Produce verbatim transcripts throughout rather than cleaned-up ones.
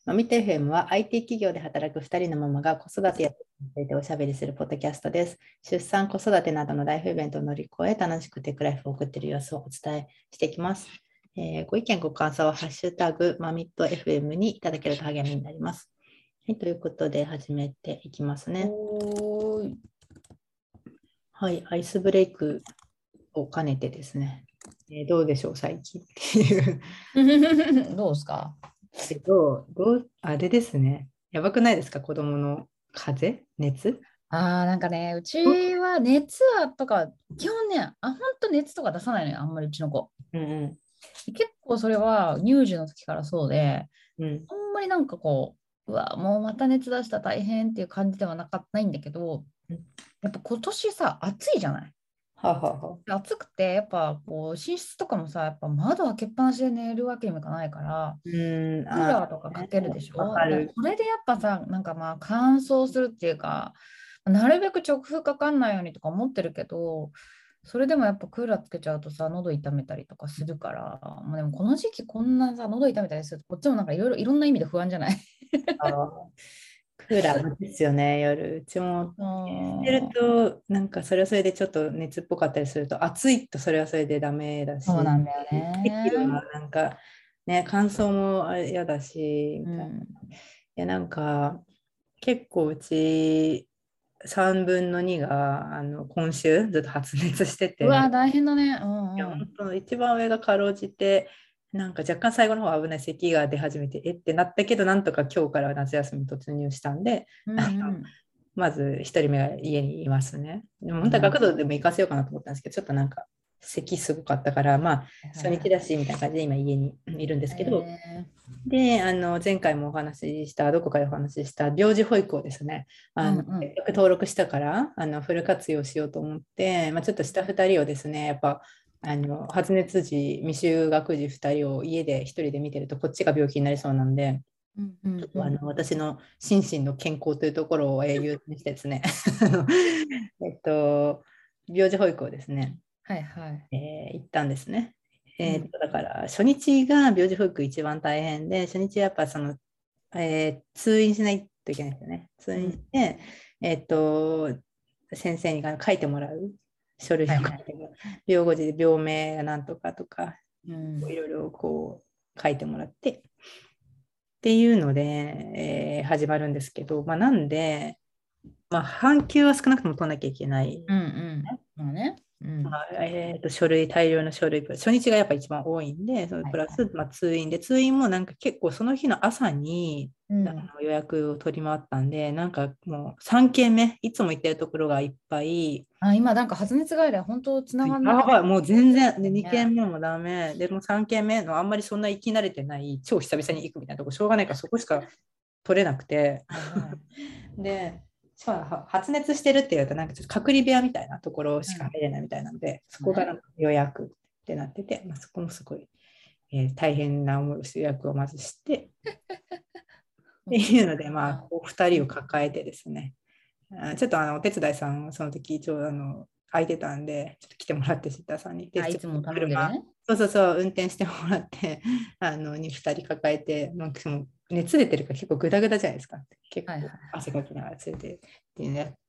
マミテ エフエム は アイティー 企業で働くふたりのママが子育てやについておしゃべりするポッドキャストです。出産、子育てなどのライフイベントを乗り越え、楽しくテックライフを送っている様子をお伝えしていきます。えーご意見、ご感想は、ハッシュタグ、マミット エフエム にいただけると励みになります。はい、ということで、始めていきますね。 おーい。 はい、アイスブレイクを兼ねてですね。えーどうでしょう、最近っていう。 どうですか？ けど、どう、あれですね。やばくないですか、子供の風邪熱ああ、なんかね、うちは熱はとか、基本ね、あ、本当熱とか出さないのよ、あんまりうちの子。 うんう結構それは乳児の時からそうで、 ん。うん。 あんまりなんかこう、うわ、もうまた熱出した大変っていう感じではなかないんだけど、やっぱ今年さ、暑いじゃない。 はあはあはあ。 暑くて、やっぱこう、寝室とかもさ、やっぱ窓開けっぱなしで寝るわけにもいかないから、 うーん、 クーあ、 ラーとかかね、 けるでしょ。だからわかる。 それでやっぱさ、なんかまあ乾燥するっていうか、なるべく直風かかんないようにとか思ってるけど、それでもやっぱクーラーつけちゃうとさ、喉痛めたりとかするから、もうでもこの時期こんなさ、喉痛めたりすると、こっちもなんかいろいろいろんな意味で不安じゃない？ あー、クーラーですよね、夜。うちもうしてるん。 と、なんかそれはそれでちょっと熱っぽかったりすると、暑いとそれはそれでダメだし、 そうなんだよ適度ね。 ななんかね、乾燥もあれ嫌だし、みたいな。いうん。 や、なんか結構うちさんぶんのにがあの今週ずっと発熱してて、 うわ、大変だね。ういや、 んうん。 本当、一番上がかろうじて、なんか若干最後の方は危ない咳が出始めて、えってなったけど、なんとか今日から夏休み突入したんで、 うあのんまず一人目が家にいますね。でもうん。 本当はなるほど。 学童でも行かせようかなと思ったんですけど、ちょっとなんか咳すごかったから、まあ初日だしみたいな感じで今家にいるんですけど、 えで、あの前回もお話しした、どこかでお話しした病児保育をですね、 ー、うんあのうん。 せっかく登録したからあのフル活用しようと思って、まあ、ちょっと下ふたりをですね、やっぱあの発熱時、未就学児ふたりを家でひとりで見てると、こっちが病気になりそうなんで、 うんうんうん。 あの私の心身の健康というところをえー優先してですね、あのえっと、病児保育をですね、 はいはい。 えー行ったんですね。えーうん。 とだから初日が病児保育一番大変で、初日はやっぱその、えー通院しないといけないですよね。通院しうん。 て、えっと、先生に書いてもらう書類をはいはい。 書いてもらう。病後時で病名がなんとかとか、 うん。 いろいろこう書いてもらって、っていうので、えー始まるんですけど、まあ、なんで、まあ、半休は少なくとも取らなきゃいけない。 うんうん。まあね。うん。 まあ、えーと、書類、大量の書類、初日がやっぱ一番多いんで、それはいはい。 プラス、まあ、通院で、通院もなんか結構その日の朝にあうん。 の予約を取り回ったんで、なんかもうさんけんめ、いつも行ってるところがいっぱい、 あ、今なんか発熱外来本当つながんなくて。 やばい、もう全然、で、にけんね。 めもダメ、でもさんけんめのあんまりそんな行き慣れてない、超久々に行くみたいなとこ、しょうがないからそこしか取れなくて、 はいはい。 で、しかも発熱してるっていうと、なんかちょっと隔離部屋みたいなところしかうん。 入れないみたいなので、そこがね。 なんか予約ってなってて、まあ、そこもすごい、えー大変な思いをして予約をまずして、ってもうそういうので、まあ、 か。 こうふたりをうん。 抱えてですね、あちょっとあのお手伝いさん、その時一応あの空いてたんで、ちょっと来てもらって、シッターさんに。で、 あ、 ちょっといつも頼んでる車、 ね。 そうそうそう、運転してもらって、あのにふたり抱えて、なんかその熱出てるから結構グダグダじゃないですか。結構はいはいはい。 汗かきながら連れてっていうのやって、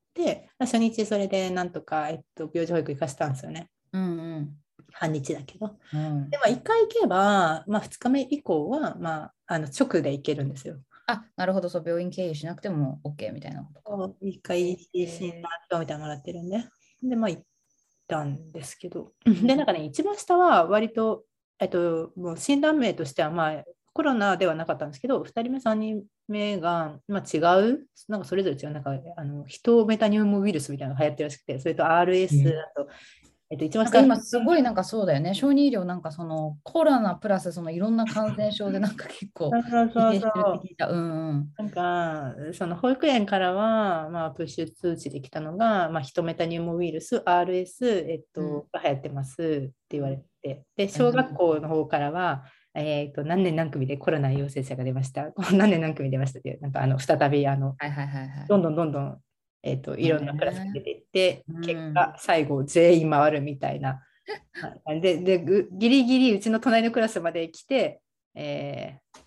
初日それでなんとか、えっと、病児保育行かせたんですよね。 うんうん。 半日だけど。で、 うん。 まあ、いっかい行けば、まあ、ふつかめ以降は、まあ、あの直で行けるんですよ。 あ、なるほど。そう、病院経由しなくても OK みたいなことか。 いっかい診断え書みたいなのもらってるんで。で、まあ、行ったんですけど。 ー、うで、なんん。 かね、一番下は割と、えっと、もう診断名としては、まあ、コロナではなかったんですけど、ふたりめ、さんにんめが、まあ、違う、なんかそれぞれ違う、なんかあの人メタニウムウイルスみたいなのが流行ってるらしくて、それと アールエス、 えあと、えっと、一番なんか下、 今すごいなんかそうだよね。小児医療なんかそのコロナプラスそのいろんな感染症でなんか結構そうそうそうそ疲弊してるってう。 聞いた。うんうん。 なんか、その保育園からは、まあ、プッシュ通知できたのが、まあ、ヒトメタニウムウイルス、アールエス、えっうん。 と、が流行ってますって言われて、で、小学はいはい。 校の方からは、えっと、何年何組でコロナ陽性者が出ました。何年何組出ましたっていう、なんか、あの、再び、あの、 はいはいはいはい。 どんどんどんどん、えっと、いまあろんなクラスが出ね。 ていって、 うん。 結果、最後、全員回るみたいな。はいで、で、ぐギリギリうちの隣のクラスまで来て、えー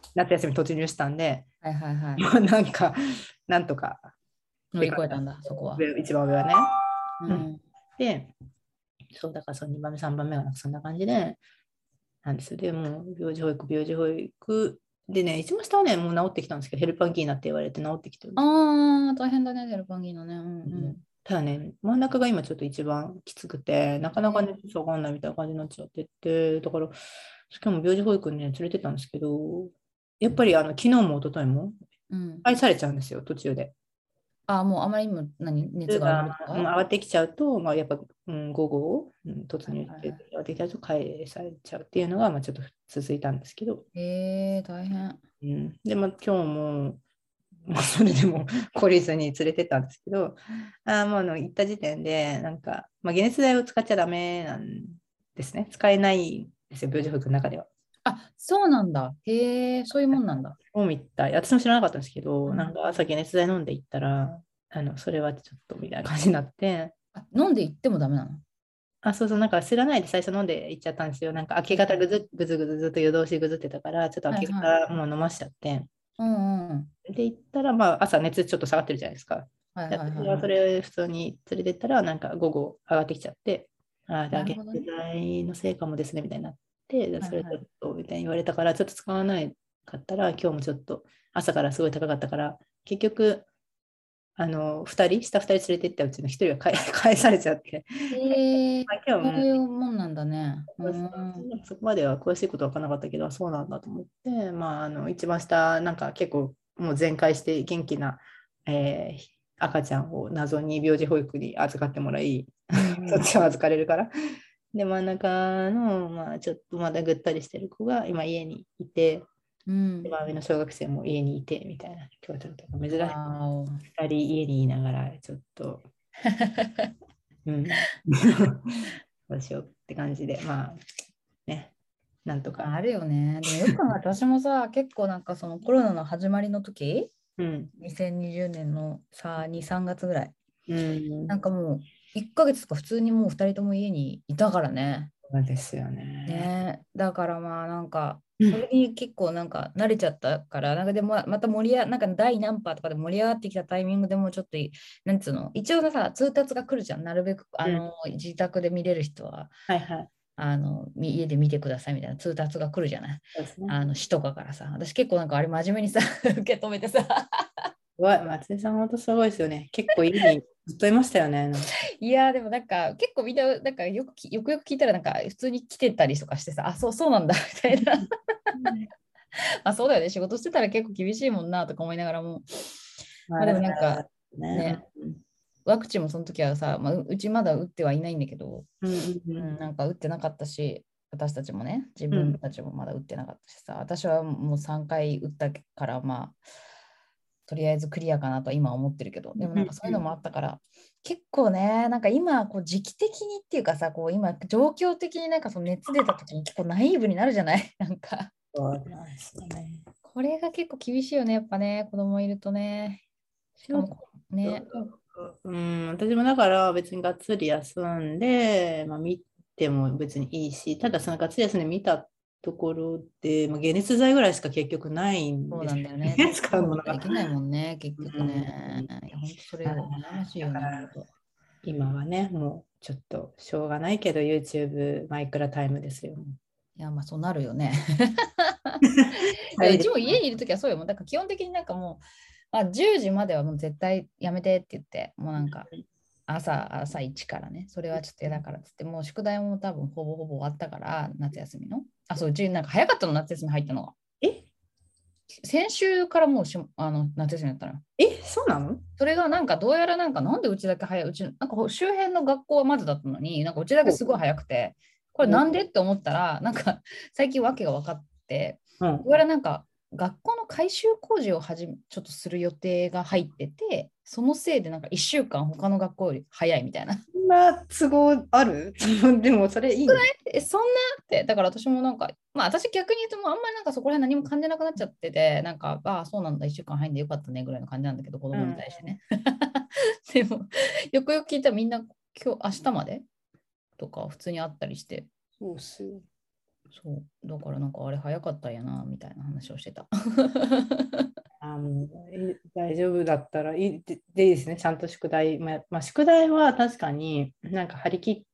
夏休み突入したんで、 はいはいはい。 まあなんか、なんとか乗り越えたんだ、そこは。 上一番上はね。うん、 うん。 で、そうだからそのにばんめ、さんばんめがなんかそんな感じで、なんですよ。で、もう病児保育、病児保育でね、一番下はね、もう治ってきたんですけど、ヘルパンギーナって言われて治ってきてるんです。 ああ、大変だね、デルパンギーナね。うんうん、 うん。 ただね、真ん中が今ちょっと一番きつくて、なかなかね、 熱下がんないみたいな感じになっちゃってて、だから、しかも病児保育にね、連れてったんですけど、やっぱりあの昨日も一昨日もうん。 愛されちゃうんですよ、途中で。 ああ、もうあまりにも何、熱が上がるが、うん、 とか。は上がってきちゃうと、まあ、やっぱ、うん、午後、うん、突入していはいは上がってきちゃうと返されちゃうっていうのが、まあ、ちょっと続いたんですけど、 い。ええー、大変。 うん、で、まあ、今日も、まあ、それでも懲りずに連れてったんですけど、あーもうあの行った時点で、なんか、まあ、解熱剤を使っちゃダメなんですね。使えないんですよ、病児保育の中では。 あ、そうなんだ。へえ、そういうもんなんだ。 そうみたい。私も知らなかったんですけど、なんうん。 か朝解熱剤飲んでいったら、あの、それはちょっとみたいな感じになって、 あ、飲んでいってもダメなの？ あ、そうそう、なんか知らないで最初飲んでいっちゃったんですよ。なんか明けはいはい方ぐずぐずぐずずっと夜通しぐずってたから、ちょっと明けはいはい。 方もう飲ましちゃって。 うんうん。 で、行ったら、まあ朝熱ちょっと下がってるじゃないですか。で、 はいはいはい私はそはい。 れ普通に連れてったら、なんか午後上がってきちゃって、ああ、じゃあ解熱なるほどね。 剤のせいかもですね、みたいになって、でそれちょっはいはい。 とみたいに言われたから、ちょっと使わないかったら、今日もちょっと朝からすごい高かったから、結局、あの、ふたり、下ふたり連れてったうちのひとりは返返されちゃって、 ええ、 まあ、今日、うん、 そういうもんなんだね。うそうそん。 うそこまでは詳しいことは分からなかったけど、そうなんだと思って、まあ、あの一番下、なんか結構もう全開して元気な、えー赤ちゃんを謎に病児保育に預かってもらい、 うんうん。 そっちは預かれるから。で、真ん中の、まあ、ちょっとまだぐったりしてる子が今家にいて、 うん。 一番上の小学生も家にいてみたいな、今日はちょっと珍しいわーお。 ふたり家にいながら、ちょっと、うん、どうしようって感じで、まあね、なんとか。 あるよね。でもよく考えて私もさ、結構なんかそのコロナの始まりの時、 うん。 にせんにじゅうねんのさ、に、さんがつぐらい。 うん。 なんかもういっかげつとか普通にもうふたりとも家にいたからね。 そうですよね。 ね。だからまあなんか、 うん。 それに結構なんか慣れちゃったから、なんかでもまた盛り上が、なんか第何波とかで盛り上がってきたタイミングでもうちょっとい、なんつうの、一応さ、通達が来るじゃん。なるべくあうん。 の自宅で見れる人は。 はいはい。 あのみ家で見てくださいみたいな通達が来るじゃない。 そうですね。 あの市とかからさ。私結構なんかあれ真面目にさ、受け止めてさ。 すごい。松井さん、本当すごいですよね。結構家にずっといましたよね。なんか。 いやーでもなんか結構みんななんかよくきよくよく聞いたらなんか普通に来てたりとかしてさ、あ、そうそうなんだみたいな。あ、そうだよね。仕事してたら結構厳しいもんなとか思いながらも。まあでまあだかもなんからね。 ね、ワクチンもその時はさ、まあ、ううちまだ打ってはいないんだけど、 うんうんううん、 んなんか打ってなかったし、私たちもね、自うん。うん。 分たちもまだ打ってなかったしさ、私はもうさんかい打ったから、まあ、とりあえずクリアかなと今は思ってるけど、でもなんかそういうのもあったから、結構ね、なんか今、こう時期的にっていうかさ、こう今、状況的になんかその熱出た時に結構ナイーブになるじゃない。なんか、 そうなんですよね。 これが結構厳しいよね、やっぱね、子供いるとね。しちょっかもね、 と、うん、私もだから別にがっつり休んで、まあ、見ても別にいいし、ただそのがっつり休んで見たところで、まあ、解熱剤ぐらいしか結局ないんそうですなんだよね。 よね、 特効使うものが。 薬ができないもんね、結う局ね。 ん、 いや、本当それあよ。悩ましいよね、本だから当。 今はね、もうちょっとしょうがないけど、YouTube マイクラタイムですよ。 いや、まあそうなるよね。いや、 二人で。 うちも家にいるときはそうよ。もうだから基本的になんかもう、まあ、じゅうじまではもう絶対やめてって言って、もうなんか朝、朝いちからね、それはちょっと嫌だからっつって、もう宿題も多分ほぼほぼ終わったから、夏休みの。あ、そう、うちなんか早かったの、夏休み入ったのが。 え先週からもうしあの夏休みだったのよ。 え、そうなの？ それがなんかどうやらなんかなんでうちだけ早い、うちなんか周辺の学校はまずだったのに、なんかうちだけすごい早くて、これおなんでって思ったら、なんか最近わけが分かって、 うん。 どうやらなんか学校の改修工事をはじめちょっとする予定が入ってて、そのせいでなんかいっしゅうかん他の学校より早いみたいな。 そんな都合ある？でもそれいいの？ え、そんなって、だから私もなんか、まあ私逆に言うともうあんまりなんかそこら辺何も感じなくなっちゃってて、なんか、ああ、そうなんだ、いっしゅうかん早いんでよかったねぐらいの感じなんだけど、子供にうん。 対してね。でも、よくよく聞いたらみんな今日、明日までとか普通にあったりして、 そうっすよ。 そう。だからなんかあれ早かったんやな、みたいな話をしてた。 あもうい大丈夫だったらいいで、でいいですね。ちゃんと宿題。まあ、まあ、宿題は確かになんか張り切って、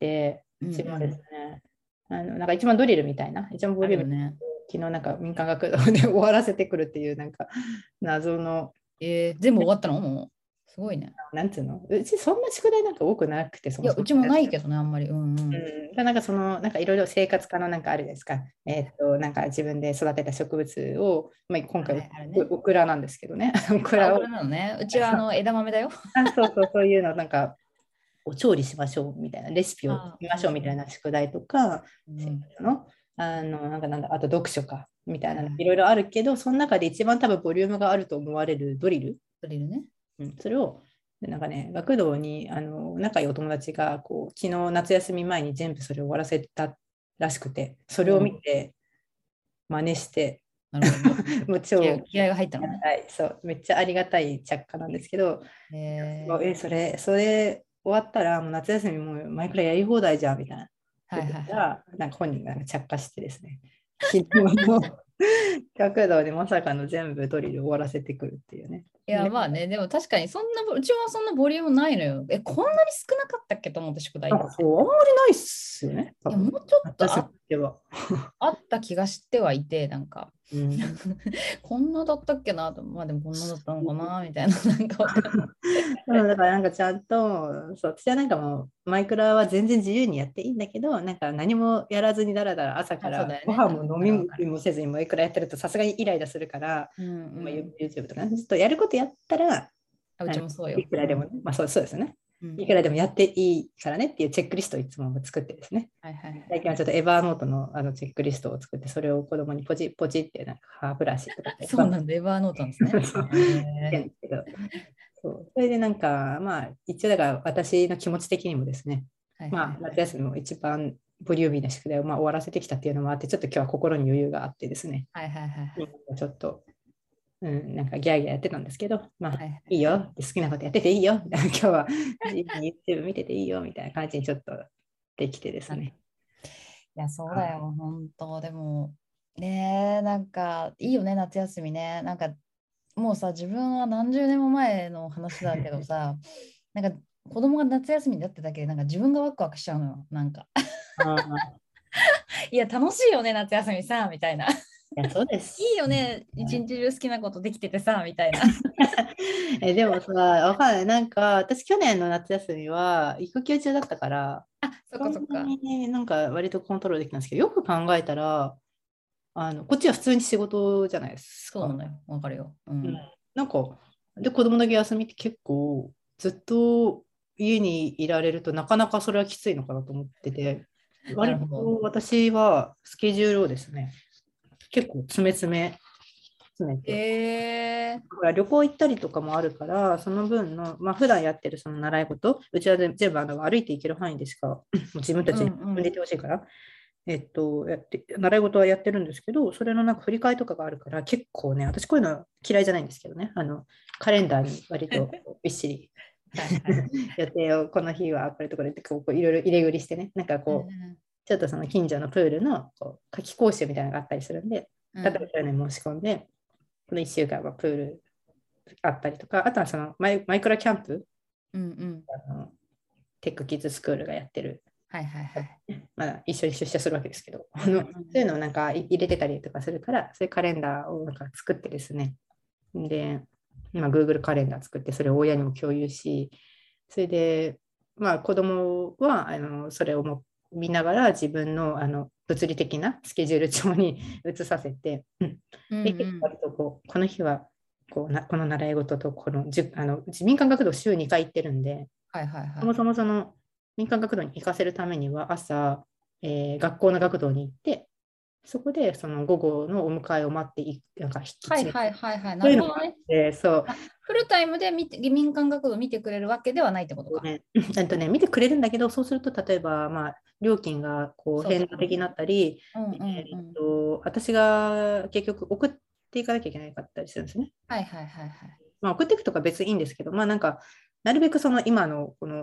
うんう一番ですん。 ね。あのなんか一番ドリルみたいな、一番ボあリューム、 るよね。 昨日なんか民間学童で終わらせてくるっていうなんか謎の、 えー、全部終わったのもう。すごいね。 なんていうの、うちそんな宿題なんか多くなくて、そいや、 もそも。 うちもないけどね、あんまり。うんうん。 うん、なんかそのなんかいろいろ生活科のなんかあるじゃないですか。えーっとなんか自分で育てた植物を、まあ、今回はい、あるね。 オクラなんですけどね。オクあ、オラを、 クラなのね。うちはあの枝豆だよ。 あ、そうそうそういうのなんかを調理しましょうみたいなレシピを作あ、 りましょうみたいうんな宿題とか、生うん。 活の、あのなんかなんだ、あと読書かみたいなはいはい。 いろいろあるけど、その中で一番多分ボリュームがあると思われるドリル、 ドリルね。 うん、それをなんかね、学童にあの仲いいお友達がこう昨日夏休み前に全部それを終わらせたらしくて、それをうん。 見て真似して、 なるほどね。 もう気合、 超気合が入ったのね。 ありがたい、そう、めっちゃありがたい着火なんですけど、 えー、 え、それ、それ終わったら、もう夏休みもう前からやり放題じゃんみたいな言ってはいはいはい。 たら、なんか本人がなんか着火してですね、昨日の学童でまさかの全部ドリル終わらせてくるっていうね。 いや、 ね、 まあね、でも確かにそんなボ、うちはそんなボリュームないのよ。え、こんなに少なかったっけと思って宿題なんって。 かそう、あんまりないっすよね、多いや、も分。 うちょっと私あ、 では。 あった気がしてはいて、なんか、 うん。 こんなだったっけなと、まあでもこんなだったのかなみたいな、なんかわかんない。 うん、だからなんかちゃんと、そう、私はなんかもう、マイクラは全然自由にやっていいんだけど、なんか何もやらずにだらだら朝かあ、そうらだよね。 ご飯うん、 も飲みそれはわかる。 もせずにマイクラやってるとさすがにイライラするから、 うんうまあ、 ん。 YouTube とかね、ちょっとやることやったら、 あ、うあのちもそうよ。 いくらでもね、 うん。 まあそう、そうですよね。 うん。 いくらでもやっていいからねっていうチェックリストをいつも作ってですね。 はいはいはいはい。 最近はちょっとエバーノートのあのチェックリストを作って、それを子供にポチポチってなんか歯ブラシとかでバッそうなんだ、エバーノートなんですね。 そう言ってえんですけど、そう。それでなんか、まあ、一応だから私の気持ち的にもですね、 ー、はいはいまあ、 はい。 夏休みも一番ボリューミーな宿題をまあ終わらせてきたっていうのもあって、ちょっと今日は心に余裕があってですね、 はいはいはいはい。 ちょっと、うん、なんかギャーギャーやってたんですけど、まあ、 はいはいいいはい。 よ、好きなことやってていいよ、みたいな今日は自由に YouTube 見てていいよ、みたいな感じにちょっとできてですなるね。 いや、そうだよ、本当。でも、ねえ、なんか、いいよね、夏休みね。なんか、もうさ、自分は何十年も前の話だけどさ、なんか、子供が夏休みだっただけで、なんか自分がワクワクしちゃうのよ。なんか、 ああ、 いや、楽しいよね、夏休みさ、みたいな。 いや、そうでいいす。 よね、一日中好きなことできててさ、みたいな。 え、でもさ、わかんない。なんか、私去年の夏休みは育休中だったから、 あ、そっそんなかそっか。 になんか割とコントロールできたんですけど、よく考えたら、あの、こっちは普通に仕事じゃないですか。 そうなのよ、わかるよ。ううん。 ん。 なんか、で、子供だけ休みって結構、ずっと家にいられるとなかなかそれはきついのかなと思ってて、割なるほど。 と私はスケジュールをですね、結構詰め詰め、詰めて、 えー、 だから旅行行ったりとかもあるから、その分の、まあ普段やってるその習い事、うちは全部あの歩いて行ける範囲でしか、もう自分たちうんにうん。 踏んでいてほしいから、えっと、やって、習い事はやってるんですけど、それのなんか振り替えとかがあるから、結構ね、私こういうの嫌いじゃないんですけどね、あの、カレンダーに割とびっしりはいはい。 予定をこの日はこれとこれってこうこういろいろ入れ繰りしてね、なんかこう、 うんちょっとその近所のプールのこう夏季講習みたいなのがあったりするんで、例えばうん去年申し込んで、このいっしゅうかんはプールあったりとか、あとはそのマイマイクロキャンプ、 うんうん。 あのテックキッズスクールがやってる、 はいはいはい。 まあ、一緒に出社するわけですけど、あうんうのそういうんのをなんか入れてたりとかするから、そういうカレンダーをなんか作ってですね、で、まあ、Google カレンダー作って、それを親にも共有し、それで、まあ、子供はあのそれをも見ながら自分のあの物理的なスケジュール帳に移させて、うん、 うんうで結構ん。 割とこうこの日はこうなこの習い事とこのじゅあの民間学童週にかい行ってるんで、 はいはいはい。 そもそもその民間学童に行かせるためには朝、えー学校の学童に行って、そこでその午後のお迎えを待っていなんか引きはいはい継いで、 はいはい。 そういうのがあっなるほどね。 て、そうあ、フルタイムで見て民間学童見てくれるわけではないってことか。 ね、えっとね、見てくれるんだけど、そうすると例えば、まあ、料金がこうそうだよね。 変動的になったり、 うんうんえっうん。 と、私が結局送っていかなきゃいけなかったりするんですね。 はいはいはいはい。 まあ、送っていくとか別にいいんですけど、まあなんか、なるべくその今のこの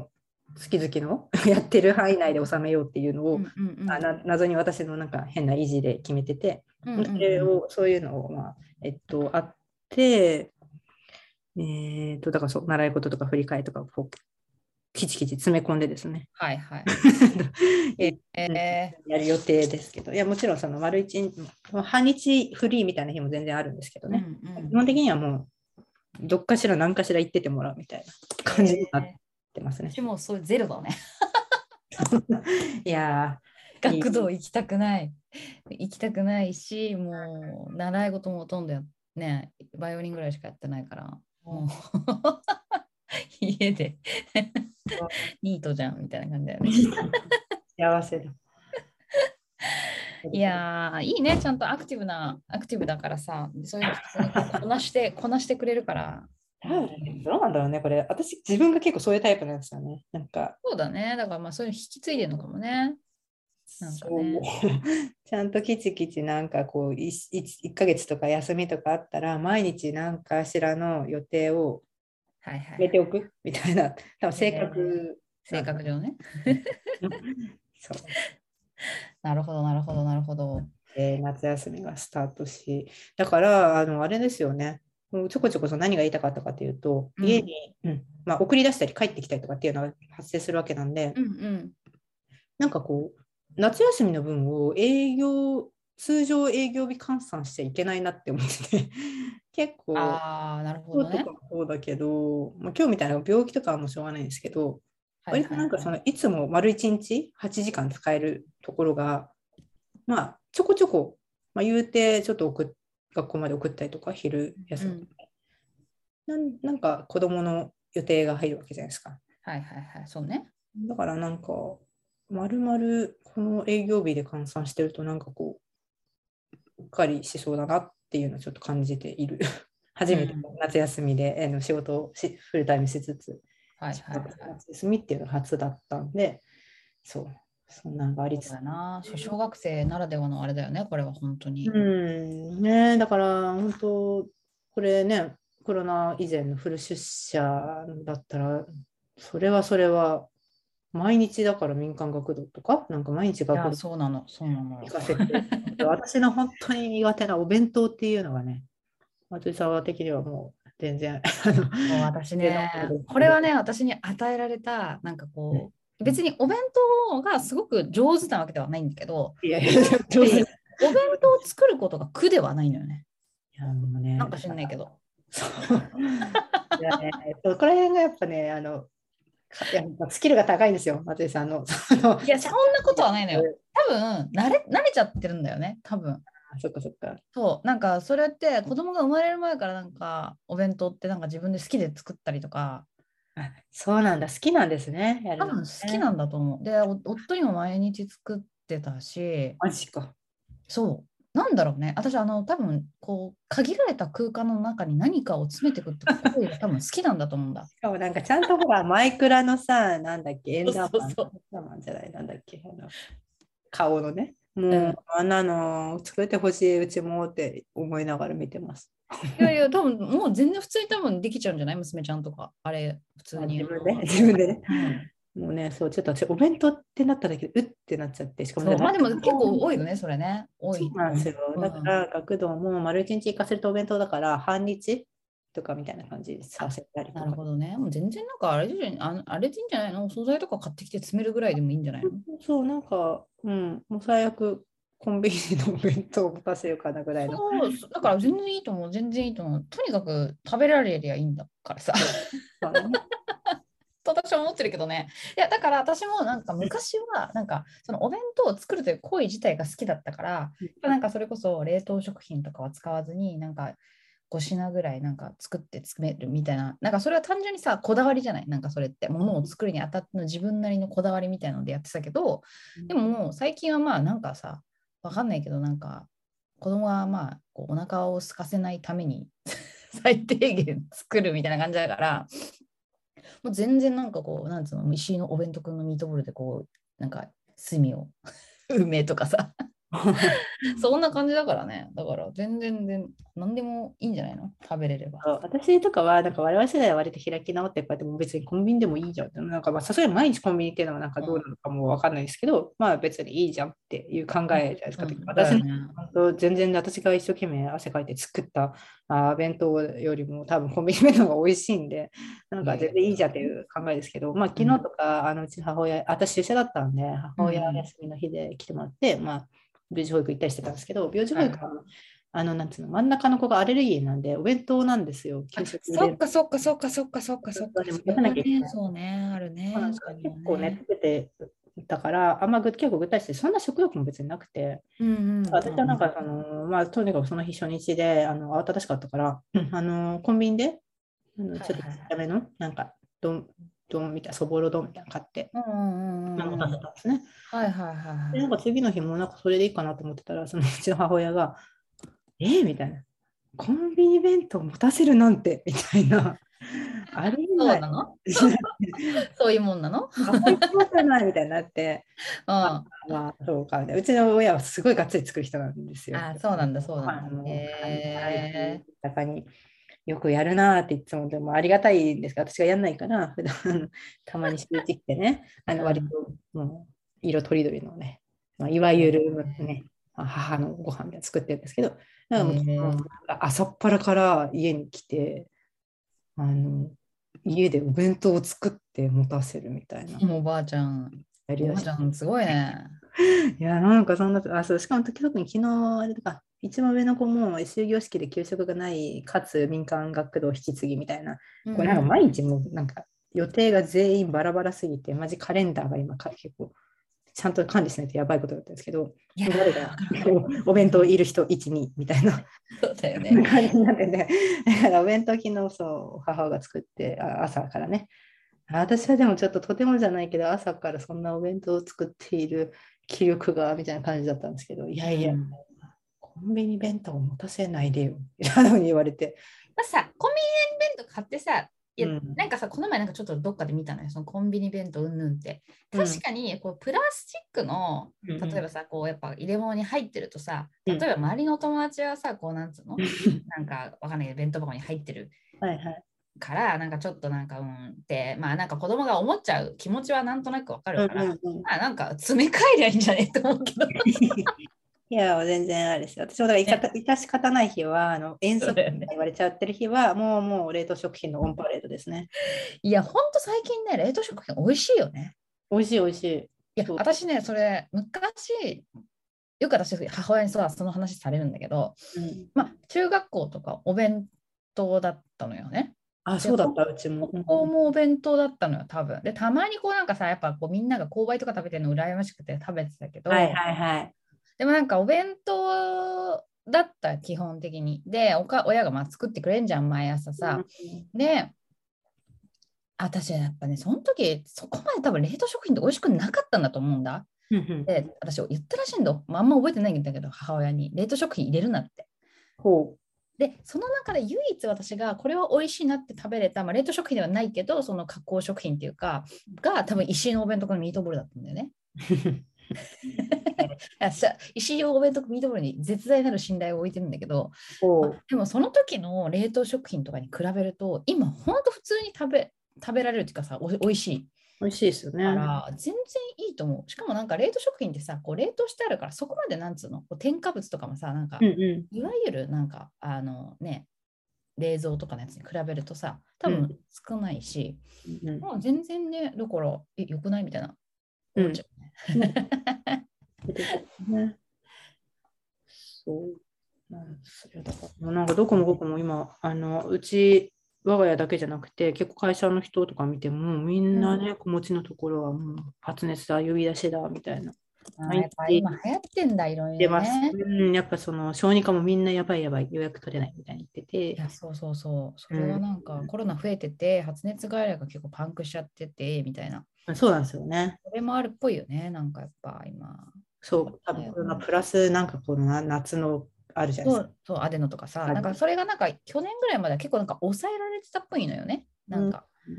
月々のやってる範囲内で収めようっていうのを、 うんうんうんあな謎に私のなんか変な意地で決めてて、 うんうんうんそれをそういうのを、まあえっと、あって、えっと、だからそう、習い事とか振り替えとかをこうきちきち詰め込んでですね、 はいはい。 いえやる予定ですけど、いや、もちろんその丸一日、半日フリーみたいな日も全然あるんですけどー、うんね、 うん基本的にはもう、どっかしら何かしら行っててもらうみたいな感じになっえてますー、 ね。 私もうそれゼロだね。 いやー、いい。 学童行きたくない。行きたくないし、もう習い事もほとんどやね、バイオリンぐらいしかやってないから、もう家でニートじゃんみたいな感じだよね。 幸せだ。 いやー、いいね、ちゃんとアクティブな、アクティブだからさ、そういうの普通にこうこなして、こなしてくれるから。 多分ねどうなんだろうね、これ。私、自分が結構そういうタイプなんですよね。なんか、 そうだね、だからまあそういうの引き継いでるのかもね。なんかそうね。 ちゃんときちきちなんかこういち、いっかげつとか休みとかあったら、毎日なんかしらの予定をはいはいはい。 決めておくみたいな、多分性えー格な性んだ。 格上ね。 そう。 なるほど、なるほど、なるほど。 で、夏休みがスタートし、だから、あの、あれですよね。もうちょこちょこそ何が言いたかったかというと、 うん、 家に、うんまあ、送り出したり帰ってきたりとかっていうのが発生するわけなんで、 うん、うん。 なんかこう、夏休みの分を営業、通常営業日換算しちゃいけないなって思ってて、結構、 ああ、なるほどね。 今日とかもそうだけど、まあ、今日みたいな病気とかはもうしょうがないんですけど、 はい割とはいはい。 なんかそのいつも丸いちにちはちじかん使えるところが、まあ、ちょこちょこ、まあ、言うてちょっと送っ学校まで送ったりとか、昼休みうん。 なん、なんか子供の予定が入るわけじゃないですか。 はいはいはい。そうね。 だからなんか、まるまるこの営業日で換算してると、なんかこう、うっかりしそうだなっていうのをちょっと感じている。初めてうん。 夏休みで、えーの仕事をしフルタイムしつつ、 はいしばらくはいはい。 夏休みっていうのが初だったんで、そう、そんなのがありそうつつ。 だな。そう小学生ならではのあれだよね。これは本当に。 うん、ね、だから本当、これね、コロナ以前のフル出社だったら、それはそれは、毎日だから民間学童とか、なんか毎日いや、 学童そうなの。そうなのよ。 行かせて、私の本当に苦手なお弁当っていうのがね、松井さん的にはもう全然、あの、 もう私ね、 上の方ですけど、 これはね、私に与えられた、なんかこう、別にお弁当がすごく上手なわけではないんだけど、 いやいや、上手。いでお弁当を作ることが苦ではないのよね。 や、もうね、 なんか知んないけど。 そう。いやね、そこら辺がやっぱね、あの、かいやスキルが高いんですよ、松井さんの。そのいや、そんなことはないのよ。多分慣れ、慣れちゃってるんだよね、多分。 あそっかそっか。 そう、なんかそれって子供が生まれる前からなんかお弁当ってなんか自分で好きで作ったりとか、 あ、そうなんだ、好きなんですね、やるの多分好きね。 なんだと思う。で、お夫にも毎日作ってたし、 マジか。 そう、なんだろうね。私、あの、多分こう、限られた空間の中に何かを詰めていくって行為が多分好きなんだと思うんだ。 しかもなんかちゃんとほら、マイクラのさ、なんだっけ、エンそうダーマン、エンそうそう。 ダーマンじゃない、なんだっけ、あの顔のね。もう、 うん。 あんなの作ってほしい、うちもって思いながら見てます。 いやいや、多分もう全然普通に多分できちゃうんじゃない娘ちゃんとか。あれ、普通あに。 自分で、 あの自分でね。 うん。 もうね、そう、ちょっと私、お弁当ってなっただけで、うってなっちゃって、しかもね、 そう、まあでも結構多いよ学ね、それね。多そういと思なんですよ。 う。うん。 だから、学童も丸一日行かせるとお弁当だから、半日とかみたいな感じでさあ、 せたりなとか。 るほどね。もう全然なんかあれじゃん、あのあれでいいんじゃないのお惣菜とか買ってきて詰めるぐらいでもいいんじゃないの？ そう、なんか、うん、もう最悪、コンビニのお弁当を持たせようかなぐらいの。 そう、だから全然いいと思う、全然いいと思う。とにかく食べられりゃいいんだからさ。 そうだね。 と私は思ってるけどね。いや、だから私もなんか昔は、なんかそのお弁当を作るという行為自体が好きだったから、なんかそれこそ冷凍食品とかは使わずに、なんかご品ぐらいなんか作って詰めるみたいな、なんかそれは単純にさ、こだわりじゃないなんかそれって、ものを作るにあたっての自分なりのこだわりみたいなのでやってたけど、でももう最近はまあなんかさ、わかんないけど、なんか子供はまあこうお腹を空かせないために最低限作るみたいな感じだから、もう全然なんかこう、なんつうの、石井のお弁当くんのミートボールでこう、なんか炭を運命とかさ、 そんな感じだからね。だから全然全何でもいいんじゃないの、食べれれば。 そう私とかは、なんか我々世代は割と開き直って、こうやっても別にコンビニでもいいじゃんって。なんかまあさすがに毎日コンビニっていうのはなんかどうなのかもわかんないですけど、まあ別にいいじゃんっていう考えじゃないですか。 うん、 私のだよね。 本当全然私が一生懸命汗かいて作ったあ弁当よりも多分コンビニ弁当が美味しいんで、なんか全然いいじゃんっていう考えですけど、まあ昨日とか、あのうち母親、私出社だったんで、母親休みの日で来てもらって、まあ病児保育行ったりしてたんですけど、病児保育は、はい、あの、なんつうの、真ん中の子がアレルギーなんで、お弁当なんですよ、給食で。 そっかそっかそっかそっかそっかそっか。 でもそれはね、そうね、あるね。 結構ね、食べてたから、あんまぐ結構具体して、そんな食欲も別になくて、 うんうんうん、 私はなんか、あのまあ、とにかくその日初日で、あの慌ただしかったから、あのコンビニで、あのちょっとちっちゃめの、なんか、丼、丼みたいな、そぼろ丼みたいなの買って、持たせたんですね。 はいはいはい。 で、なんか次の日もなんかそれでいいかなと思ってたら、そのうちの母親が、えみたいな。コンビニ弁当持たせるなんてみたいな。ありえない。 そうなのそういうもんなのあんまりそうじゃないみたいになって、 うん、 あ、まあ、そうか。うちの親はすごいがっつり作る人なんですよ。 あ、そうなんだ、そうなんだ。 ご飯も、 へえ。 中によくやるなっていつもでもありがたいんですが、私がやんないから、普段たまに週一来てね、あの割ともう色とりどりのね、まあ、いわゆるね、母のご飯で作ってるんですけど、なんかもう朝っぱらから家に来て、あの家でお弁当を作って持たせるみたいな。 もうおばあちゃん、おばあやりだしちゃんすごいね。 いや、なんかそんな、あ、そう、しかも特に昨日、あれとか、一番上の子も終業式で給食がない、かつ民間学童引き継ぎみたいな、これなんか毎日もなんか予定が全員バラバラすぎて、マジカレンダーが今か結構ちゃんと管理しないとやばいことだったんですけど、誰がお弁当いる人いち、にみたいな。 そうだよね。 感じになってて、だからお弁当昨日そう母が作ってあ朝からね、私はでもちょっととてもじゃないけど朝からそんなお弁当を作っている気力がみたいな感じだったんですけど、いやいや、うん、コンビニ弁当を持たせないでよみたいなふうに言われて。 まあさ、コンビニ弁当買ってさ、いや、うん、なんかさ、この前なんかちょっとどっかで見たのよ、そのコンビニ弁当うんぬんって。確かにこうプラスチックの、例えばさ、こうやっぱ入れ物に入ってるとさ、例えば周りの友達はさ、こうなんつうの、なんかわかんないけど弁当箱に入ってる。 はいはい。 からなんかちょっとなんかうんってまあなんか子供が思っちゃう気持ちはなんとなくわかるから、うんうんうん、まあなんか詰め替えりゃいいんじゃねって思うけどいや全然あれですよ。私もだから致し方ない日はあの遠足って言われちゃってる日は、ね、もうもう冷凍食品のオンパレードですね。 いやほんと最近ね冷凍食品美味しいよね。 美味しい美味しい。 いや私ねそれ昔よく私母親にその話されるんだけど、うん、まあ中学校とかお弁当だったのよね。 あ、そうだった、うちも。 ここもお弁当だったのよ、多分。で、たまにこうなんかさ、やっぱこうみんなが購買とか食べてるの羨ましくて食べてたけど、 はいはいはい。 でもなんかお弁当だった、基本的に。で、おか親がまあ作ってくれんじゃん、毎朝さ。うん、で、私はやっぱね、その時、そこまで多分冷凍食品って美味しくなかったんだと思うんだ。で、私言ったらしいんだ、まあ、あんま覚えてないんだけど、母親に冷凍食品入れるなって。 ほう。 で、その中で唯一私がこれは美味しいなって食べれた、まあ、冷凍食品ではないけど、その加工食品っていうか、が多分石井のお弁当のミートボールだったんだよね。石井お弁当ミートボールに絶大なる信頼を置いてるんだけど、まあ、でもその時の冷凍食品とかに比べると、今ほんと普通に食べ、食べられるっていうかさ、お, おいしい。 美味しいですよね。 だから全然いいと思う。しかもなんか冷凍食品ってさ、こう冷凍してあるからそこまでなんつうの、こう添加物とかもさ、なんか、うんうん、いわゆるなんかあのね、冷蔵とかのやつに比べるとさ、多分少ないし、うんうん、もう全然ね、だから、え、よくないみたいな思っちゃうね。 うん、そうなんですよ。だからなんかどこもどこも今、あのうち我が家だけじゃなくて、結構会社の人とか見ても、みんなね、子持ちのところはもう発熱だ、呼び出しだみたいな。 あやっぱ今流行ってんだ、いろいろね。 うん、やっぱその小児科もみんなやばいやばい予約取れないみたいに言ってて。 いや、そうそうそう。それはなんか、うん、コロナ増えてて、発熱外来が結構パンクしちゃってて、みたいな。 そうなんですよね。 それもあるっぽいよね、なんかやっぱ今。 そう、多分コロナプラスなんかこの夏のあるじゃないですか。 そう、そうアデノとかさ、なんかそれがなんか去年ぐらいまでは結構なんか抑えられてたっぽいのよね。なんか。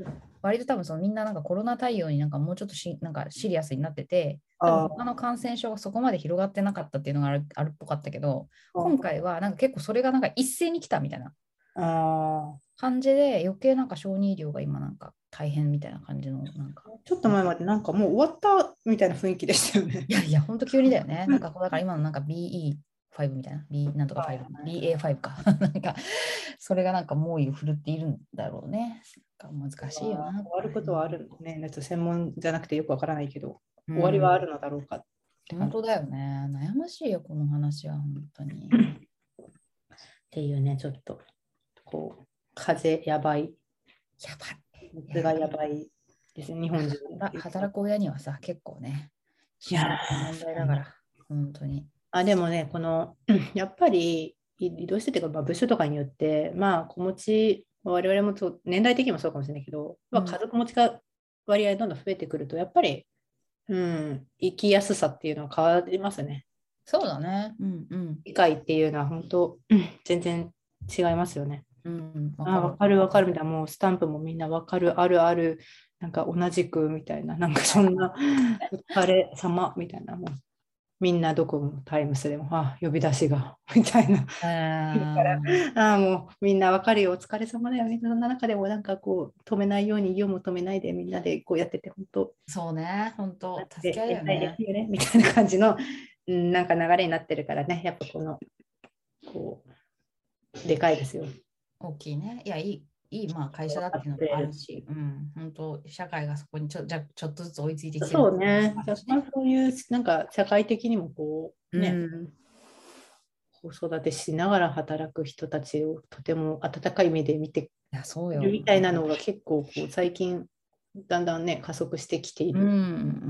割と多分そのみんななんかコロナ対応になんかもうちょっとしなんかシリアスになってて、多分他の感染症がそこまで広がってなかったっていうのがある、あるっぽかったけど、今回はなんか結構それがなんか一斉に来たみたいなあ感じで、余計なんか小児医療が今なんか大変みたいな感じのなんか。 ちょっと前までなんかもう終わったみたいな雰囲気でしたよね。 いやいや、ほんと急にだよね。なんかこうだから今のなんか ビーイーファイブ みたいな、B なんとかご、ビーエーファイブ か。なんか、それがなんか猛威を振るっているんだろうね。なんか難しいよな。 終わることはあるのね。ちょっと専門じゃなくてよくわからないけど、 うん、 終わりはあるのだろうかって感じ。 本当だよね。悩ましいよ、この話は、本当に。 っていうね、ちょっと、こう、風やばい。 やばい。 熱がやばいですね、日本人。 働く親にはさ、結構ね、 いや問題だから、本当に。 あ、でもね、この、やっぱり移動しててか、まあ、部署とかによって、まあ、子持ち、我々もそう年代的にもそうかもしれないけど、まあ、家族持ちが割合どんどん増えてくると、やっぱり、うん、生きやすさっていうのは変わりますね。 そうだね。うんうん。 理解っていうのは本当、全然違いますよね。 うん、 あ、わかるわかるみたいな、もうスタンプもみんなわかる、あるある、なんか同じくみたいな、なんかそんな、お疲れ様みたいな、もうみんなどこもタイムスでも、あ、呼び出しが、みたいな。ああ、もうみんなわかるよ、お疲れ様だよ、みんなそんな中でもなんかこう、止めないように、家も止めないで、みんなでこうやってて、本当、 そうね、本当、助け合いだよね。 よねみたいな感じの、うん、なんか流れになってるからね、やっぱこの、こう、でかいですよ。 大きいね。いや、いい、いい、まあ、会社だっていうのもあるし、うん、本当、社会がそこにちょじゃちょっとずつ追いついてきてる、 そうね、若干そういう、なんか社会的にもこう、ね、 うん、 子育てしながら働く人たちをとても温かい目で見ていや、そうよ。 るみたいなのが結構こう最近、だんだんね、加速してきている。 うん、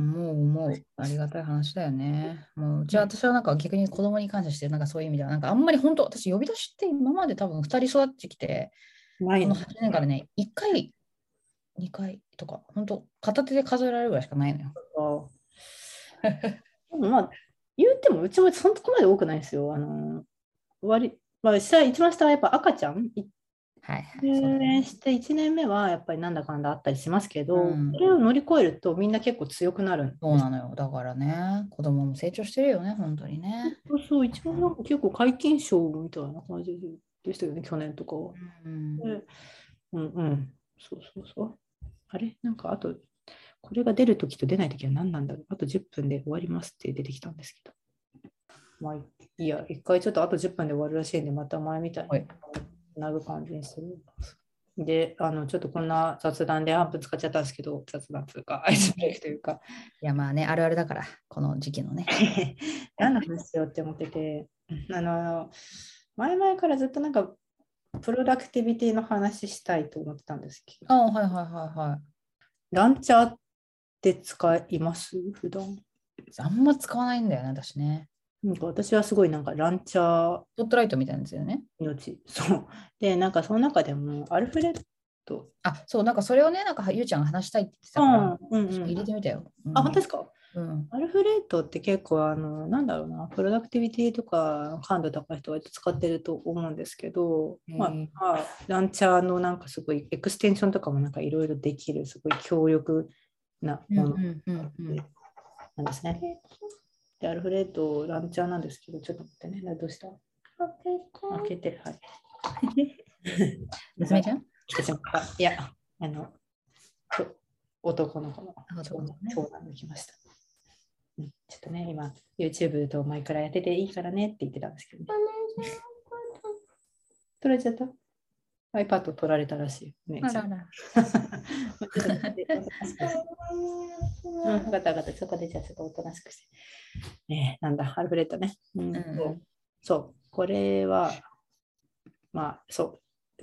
もう思う。ありがたい話だよね。もう、じゃあ私はなんか逆に子供に感謝してる、なんかそういう意味では、なんかあんまり本当、私呼び出しって今まで多分ふたり育ってきて、 ないのこのはちねんからね、いっかい、にかいとか、本当、片手で数えられるぐらいしかないのよ。 でもまあ、言ってもうちもそんなこまで多くないですよ。あの割まあ、下一番下はやっぱ赤ちゃん、 はいはい。 入園していちねんめはやっぱりなんだかんだあったりしますけど、 うんそれを乗り越えるとみんな結構強くなるんです。 そうなのよ。だからね、子供も成長してるよね、本当にね。 そうそう、一番なんか結構皆勤賞みたいな感じでしたよね、去年とかは。 うんでうんうん、そうそうそう。あれなんかあと、これが出るときと出ないときは何なんだろう。あとじゅっぷんで終わりますって出てきたんですけど。まあいいや、一回ちょっとあとじゅっぷんで終わるらしいんで、また前みたいになる感じにする。で、あの、ちょっとこんな雑談で半分使っちゃったんですけど、雑談というか、アイスブレイクというか。 いや、まあね、あるあるだから、この時期のね。 何の話しようって思ってて、あの、前々からずっとなんか、プロダクティビティの話したいと思ってたんですけど。 ああ、はいはいはいはい。 ランチャーって使います普段。 あんま使わないんだよね、私ね。 なんか私はすごいなんかランチャー。 スポットライトみたいなんですよね。 命。そう。で、なんかその中でも、アルフレッド。 あ、そう、なんかそれをね、なんかゆうちゃんが話したいって言ってたから、 うんうんうん、 入れてみたよ。うん、 あ、本当ですか？ うん、 アルフレッドって結構、あの、なんだろうな、プロダクティビティとか感度高い人は使ってると思うんですけど、まあ、まあ、ランチャーのなんかすごいエクステンションとかもなんかいろいろできる、すごい強力なものなんですね。で、アルフレッド、ランチャーなんですけど、ちょっと待ってね、どうした？開けて、はい。 娘ちゃん？ 来てしまった。いや、あの、男の子の長男が来ました。ちょっとね、今、YouTube とマイクラやってていいからねって言ってたんですけど、ね、取られちゃった ?iPad 取られたらしい。ね、あらら。うん、分かった分かった。そこでじゃあちょっとおとなしくして。ね、なんだ、アルフレッドね。うん、うん、そう、これは、まあ、そう、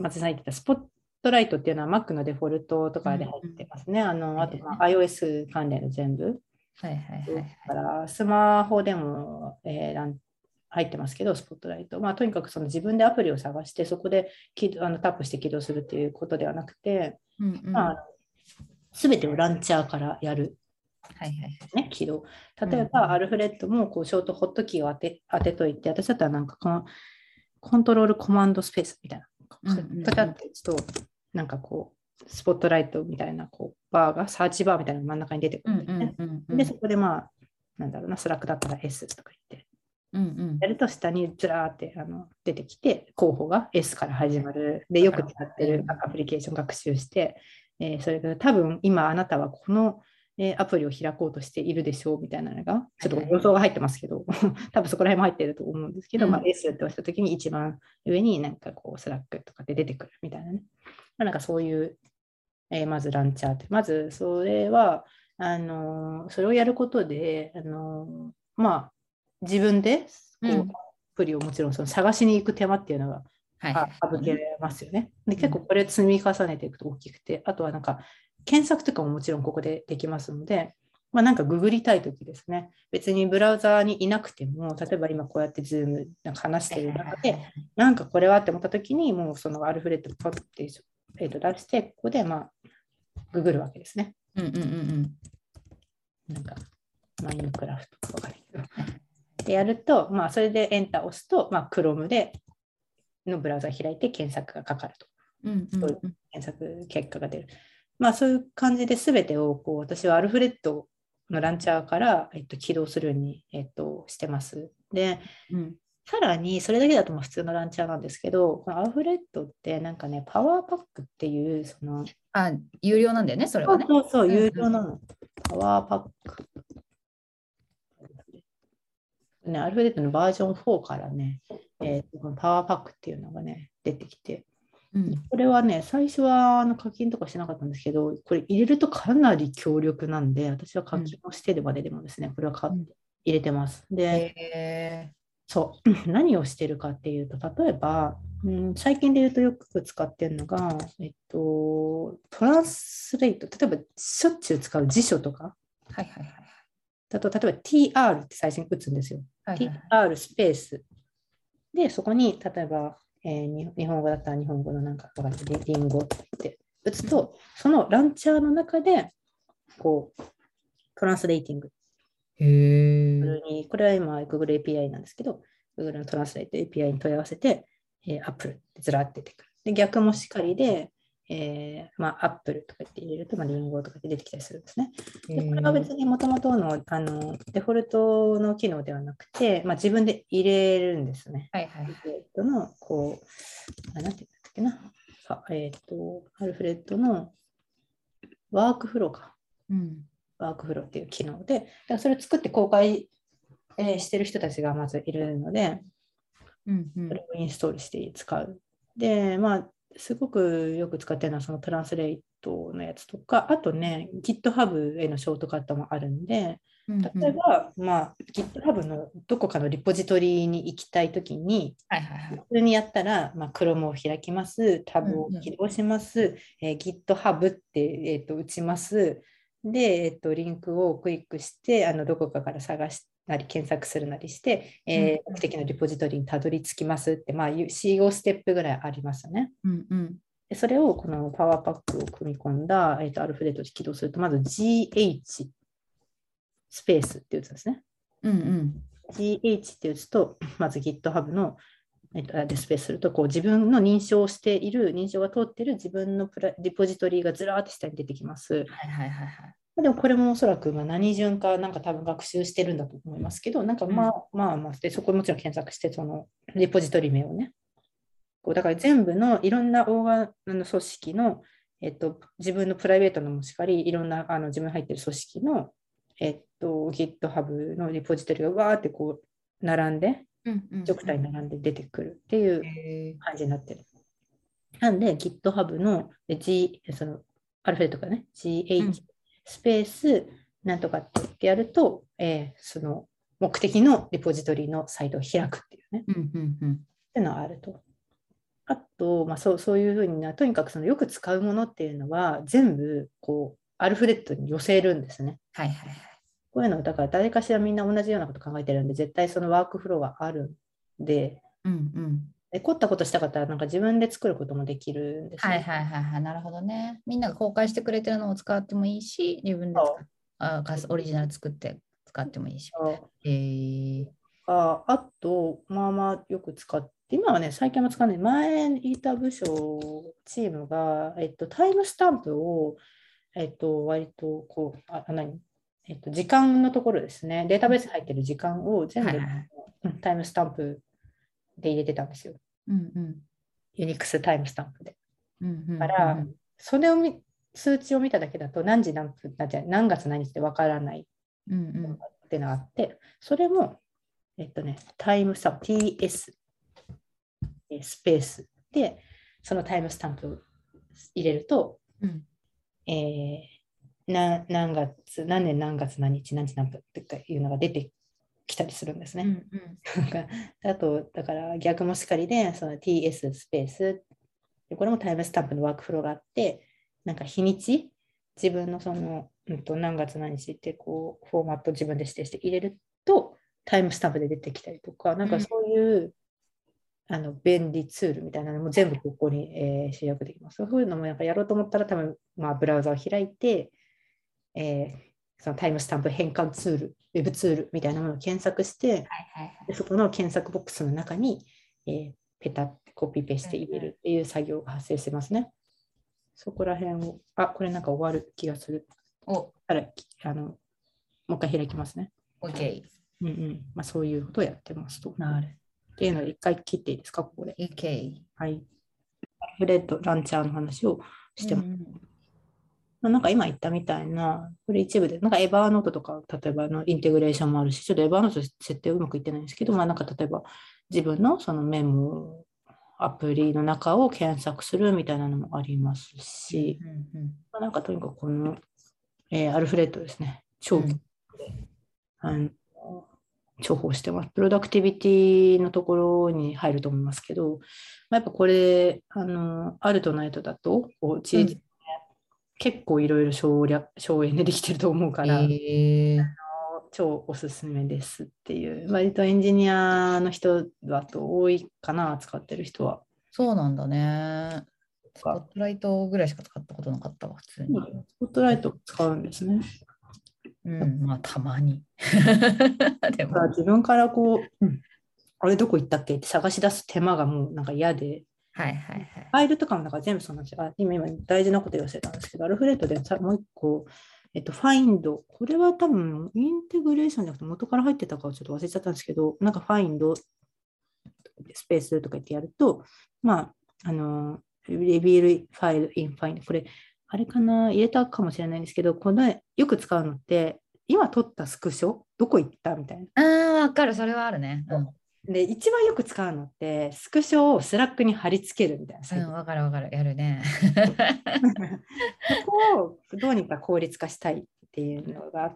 松井さん言ってたスポットライトっていうのは Mac のデフォルトとかで入ってますね。うん、あのあと、まあ、iOS 関連の全部。 はいはいはい、はい。 だからスマホでも、えー、入ってますけど、スポットライト。まあ、とにかくその自分でアプリを探して、そこであのタップして起動するっていうことではなくて、 うんうん、 まあ、全てをランチャーからやる。 はいはいね、起動。例えば、うん、アルフレッドもこうショートホットキーを当て当てといて、私だったらなんかこのコントロールコマンドスペースみたいな。カチャって打つと、なんかこう、 スポットライトみたいなこうバーが、サーチバーみたいなのが真ん中に出てくるんですね。 うんうんうんうん、 で、そこでまあ、なんだろうな、スラックだったら S とか言って、 うんうん、 やると下にずらーってあの出てきて、候補が S から始まる。で、よく使ってるアプリケーション学習して、えー、それが多分今あなたはこの、えー、アプリを開こうとしているでしょうみたいなのが、ちょっと予想が入ってますけど、多分そこら辺も入ってると思うんですけど、うん、まあ、S って押したときに一番上になんかこう、スラックとかで出てくるみたいなね。なんかそういう、えー、まずランチャーって、まずそれは、あのー、それをやることで、あのー、まあ、自分でこう、うん、アプリをもちろんその探しに行く手間っていうのが省けますよね。で、結構これ積み重ねていくと大きくて、あとはなんか検索とかももちろんここでできますので、まあ、なんかググりたいときですね、別にブラウザーにいなくても、例えば今こうやってズームなんか話してる中で、なんかこれはって思ったときに、もうそのアルフレッドポッて、えー、と出して、ここでまあググるわけですね。 うんうんうんうん。 なんかマインクラフトとかわかるけど。でやると、まあ、それでエンターを押すと、まあ、Chrome でのブラウザを開いて検索がかかると。 うんうんうん、 そういう検索結果が出る。まあ、そういう感じで全てをこう私はアルフレッドのランチャーから、えっと、起動するように、えっと、してます。で、うん、さらにそれだけだとも普通のランチャーなんですけど、このアルフレッドってなんかね、パワーパックっていう、その、 あ、有料なんだよね、それはね。 そうそうそう、有料なの。うんうん、パワーパック。ね、アルフレッドのバージョンフォーからね、えー、このパワーパックっていうのがね、出てきて、うん、これはね、最初はあの課金とかしなかったんですけど、これ入れるとかなり強力なんで、私は課金をしてるまででもですね、これは買って入れてます。で、 えー、 そう、何をしてるかっていうと、例えば、うん、最近で言うとよく使ってるのが、えっと、トランスレート、例えばしょっちゅう使う辞書とか、 はいはいはい。 だと、例えば ティーアール って最初に打つんですよ。はいはい、ティーアール スペース。で、そこに、例えば、えー、日本語だったら日本語のなんか、リンゴって打つと、そのランチャーの中で、こう、トランスレーティング。 へー。これは今、Google エーピーアイ なんですけど、Google のトランスレート エーピーアイ に問い合わせて、えー、Apple ってずらって出てくる。で、逆もしかりで、えー、まあ、Apple とか言って入れると、まあ、リンゴとかって出てきたりするんですね。で、これは別にもともとの、あの、デフォルトの機能ではなくて、まあ、自分で入れるんですね。 はいはい。 アルフレッドの、こう、あ、なんて言ったっけな。あ、えっ、ー、と、アルフレッドのワークフローか。うん、ワークフローっていう機能で、だからそれを作って公開、えー、してる人たちがまずいるので、うんうん、それをインストールして使う。で、まあ、すごくよく使ってるのはそのトランスレートのやつとか、あとね、GitHub へのショートカットもあるんで、例えば、うんうん、まあ、GitHub のどこかのリポジトリに行きたいときに、はいはいはい、普通にやったら、まあ、Chrome を開きます、タブを起動します、うんうん、えー、GitHub って、えー、と打ちます。で、えっと、リンクをクリックして、あのどこかから探しなり検索するなりして、えー、目的のリポジトリにたどり着きますって、まあ、よん、ごステップぐらいありますね。うんうん、でそれをこのパワーパックを組み込んだ、えー、とアルフレットで起動すると、まず ジーエイチ スペースって打つんですね。うんうん、ジーエイチ って打つと、まず GitHub のえっと、ディスプレイするとこう自分の認証している、認証が通っている自分のプラリポジトリがずらーって下に出てきます。はいはいはいはい、でもこれもおそらくまあ何順かなんか多分学習してるんだと思いますけど、なんかまあ、うん、まあまあで、そこもちろん検索して、そのリポジトリ名をね、こうだから全部のいろんなオーガの組織の、えっと、自分のプライベートのもしかり、いろんなあの自分入ってる組織の、えっと、GitHub のリポジトリがわーってこう並んで、一組体並んで出てくるっていう感じになってる。なんで GitHub の G、そのアルファベットからね、ジーエイチ スペースなんとかってやると、えー、その目的のリポジトリのサイトを開くっていうね。うんうんうん、っていうのがあると。あと、まあ、そう、そういうふうにな、とにかくそのよく使うものっていうのは全部こうアルフレットに寄せるんですね。はいはいはい。こういうのだから誰かしらみんな同じようなこと考えてるんで、絶対そのワークフローがあるんで、うんうん、で凝ったことしたかったらなんか自分で作ることもできるんですよ、ね。はいはいはいはい、なるほどね。みんなが公開してくれてるのを使ってもいいし、自分で使っあオリジナル作って使ってもいいし。えー、ああと、まあまあよく使っで今はね、最近は使わない。前いた部署、チームが、えっと、タイムスタンプを、えっと、割とこう、あ、何えっと、時間のところですね、データベースに入ってる時間を全部、 はいはいはい。 うんタイムスタンプで入れてたんですよ。 うんうん。 ユニックスタイムスタンプで。 うんうんだから、 うんそれを見数値を見ただけだと何時何分、なんて何月何日ってわからないうんうんっていうのがあって、それも、えっとね、タイムスタンプ、ティーエス、スペースで、そのタイムスタンプを入れると、 うんえーな何月、何年何月何日何時何分っていうのが出てきたりするんですうんね。 うんなんかあと、だから逆もしかりで、その ティーエス スペース、でこれもタイムスタンプのワークフローがあって、なんか日にち、自分のその、うんと、何月何日ってこうフォーマットを自分で指定して入れると、タイムスタンプで出てきたりとか、なんかそういうあの便利ツールみたいなのも全部ここに、えー集約できます。そういうのもやっぱやろうと思ったら、多分、まあ、ブラウザを開いて、えーそのタイムスタンプ変換ツール、ウェブツールみたいなものを検索して、 はいはいでそこの検索ボックスの中に、えーペタってコピペして入れるっていう作業が発生してますね。そこら辺を、あ、これなんか終わる気がする。 お、 あらあのもう一回開きますね。 OK。 うんうんまあ、そういうことをやってますと。 なる。 っていうので、一回切っていいですか、ここで。 OK。 はい。アルフレッド、ランチャーの話をしてます。 うんまあ、なんか今言ったみたいな、これ一部で、なんかエバーノートとか、例えばのインテグレーションもあるし、ちょっとエバーノート設定うまくいってないんですけど、まあなんか例えば自分のそのメモ、アプリの中を検索するみたいなのもありますし、 うんうんまあ、なんかとにかくこの、えーアルフレッドですね、超、 うんあの重宝してます。プロダクティビティのところに入ると思いますけど、まあ、やっぱこれ、あの、あるとないとだと、こう、 うん。 結構いろいろ省略、省エネできてると思うから、 えー、 超おすすめですっていう、割とエンジニアの人だと多いかな、使ってる人は。 そうなんだね。スポッかトライトぐらいしか使ったことなかったわ、普通に。 スポットライト使うんですね。 うん、まあ、たまに。でも。 だから自分からこう、うんあれどこ行ったっけって探し出す手間がもうなんか嫌で、 はいはいはい。 ファイルとかもなんか全部そうなんですよ。あ今、今大事なこと言わせたんですけど、アルフレッドでさもう一個、えっと、ファインド。これは多分、インテグレーションじゃなくて元から入ってたかはちょっと忘れちゃったんですけど、なんかファインド、スペースとか言ってやると、まあ、あの、レビューファイル、インファインド。これ、あれかな、入れたかもしれないんですけど、このよく使うのって、今撮ったスクショ、どこ行ったみたいな。 ああ、わかる、それはあるね。うん。 で、一番よく使うのって、スクショをスラックに貼り付けるみたいな作業。 うん、わかるわかる、やるね。 そこをどうにか効率化したいっていうのがあって、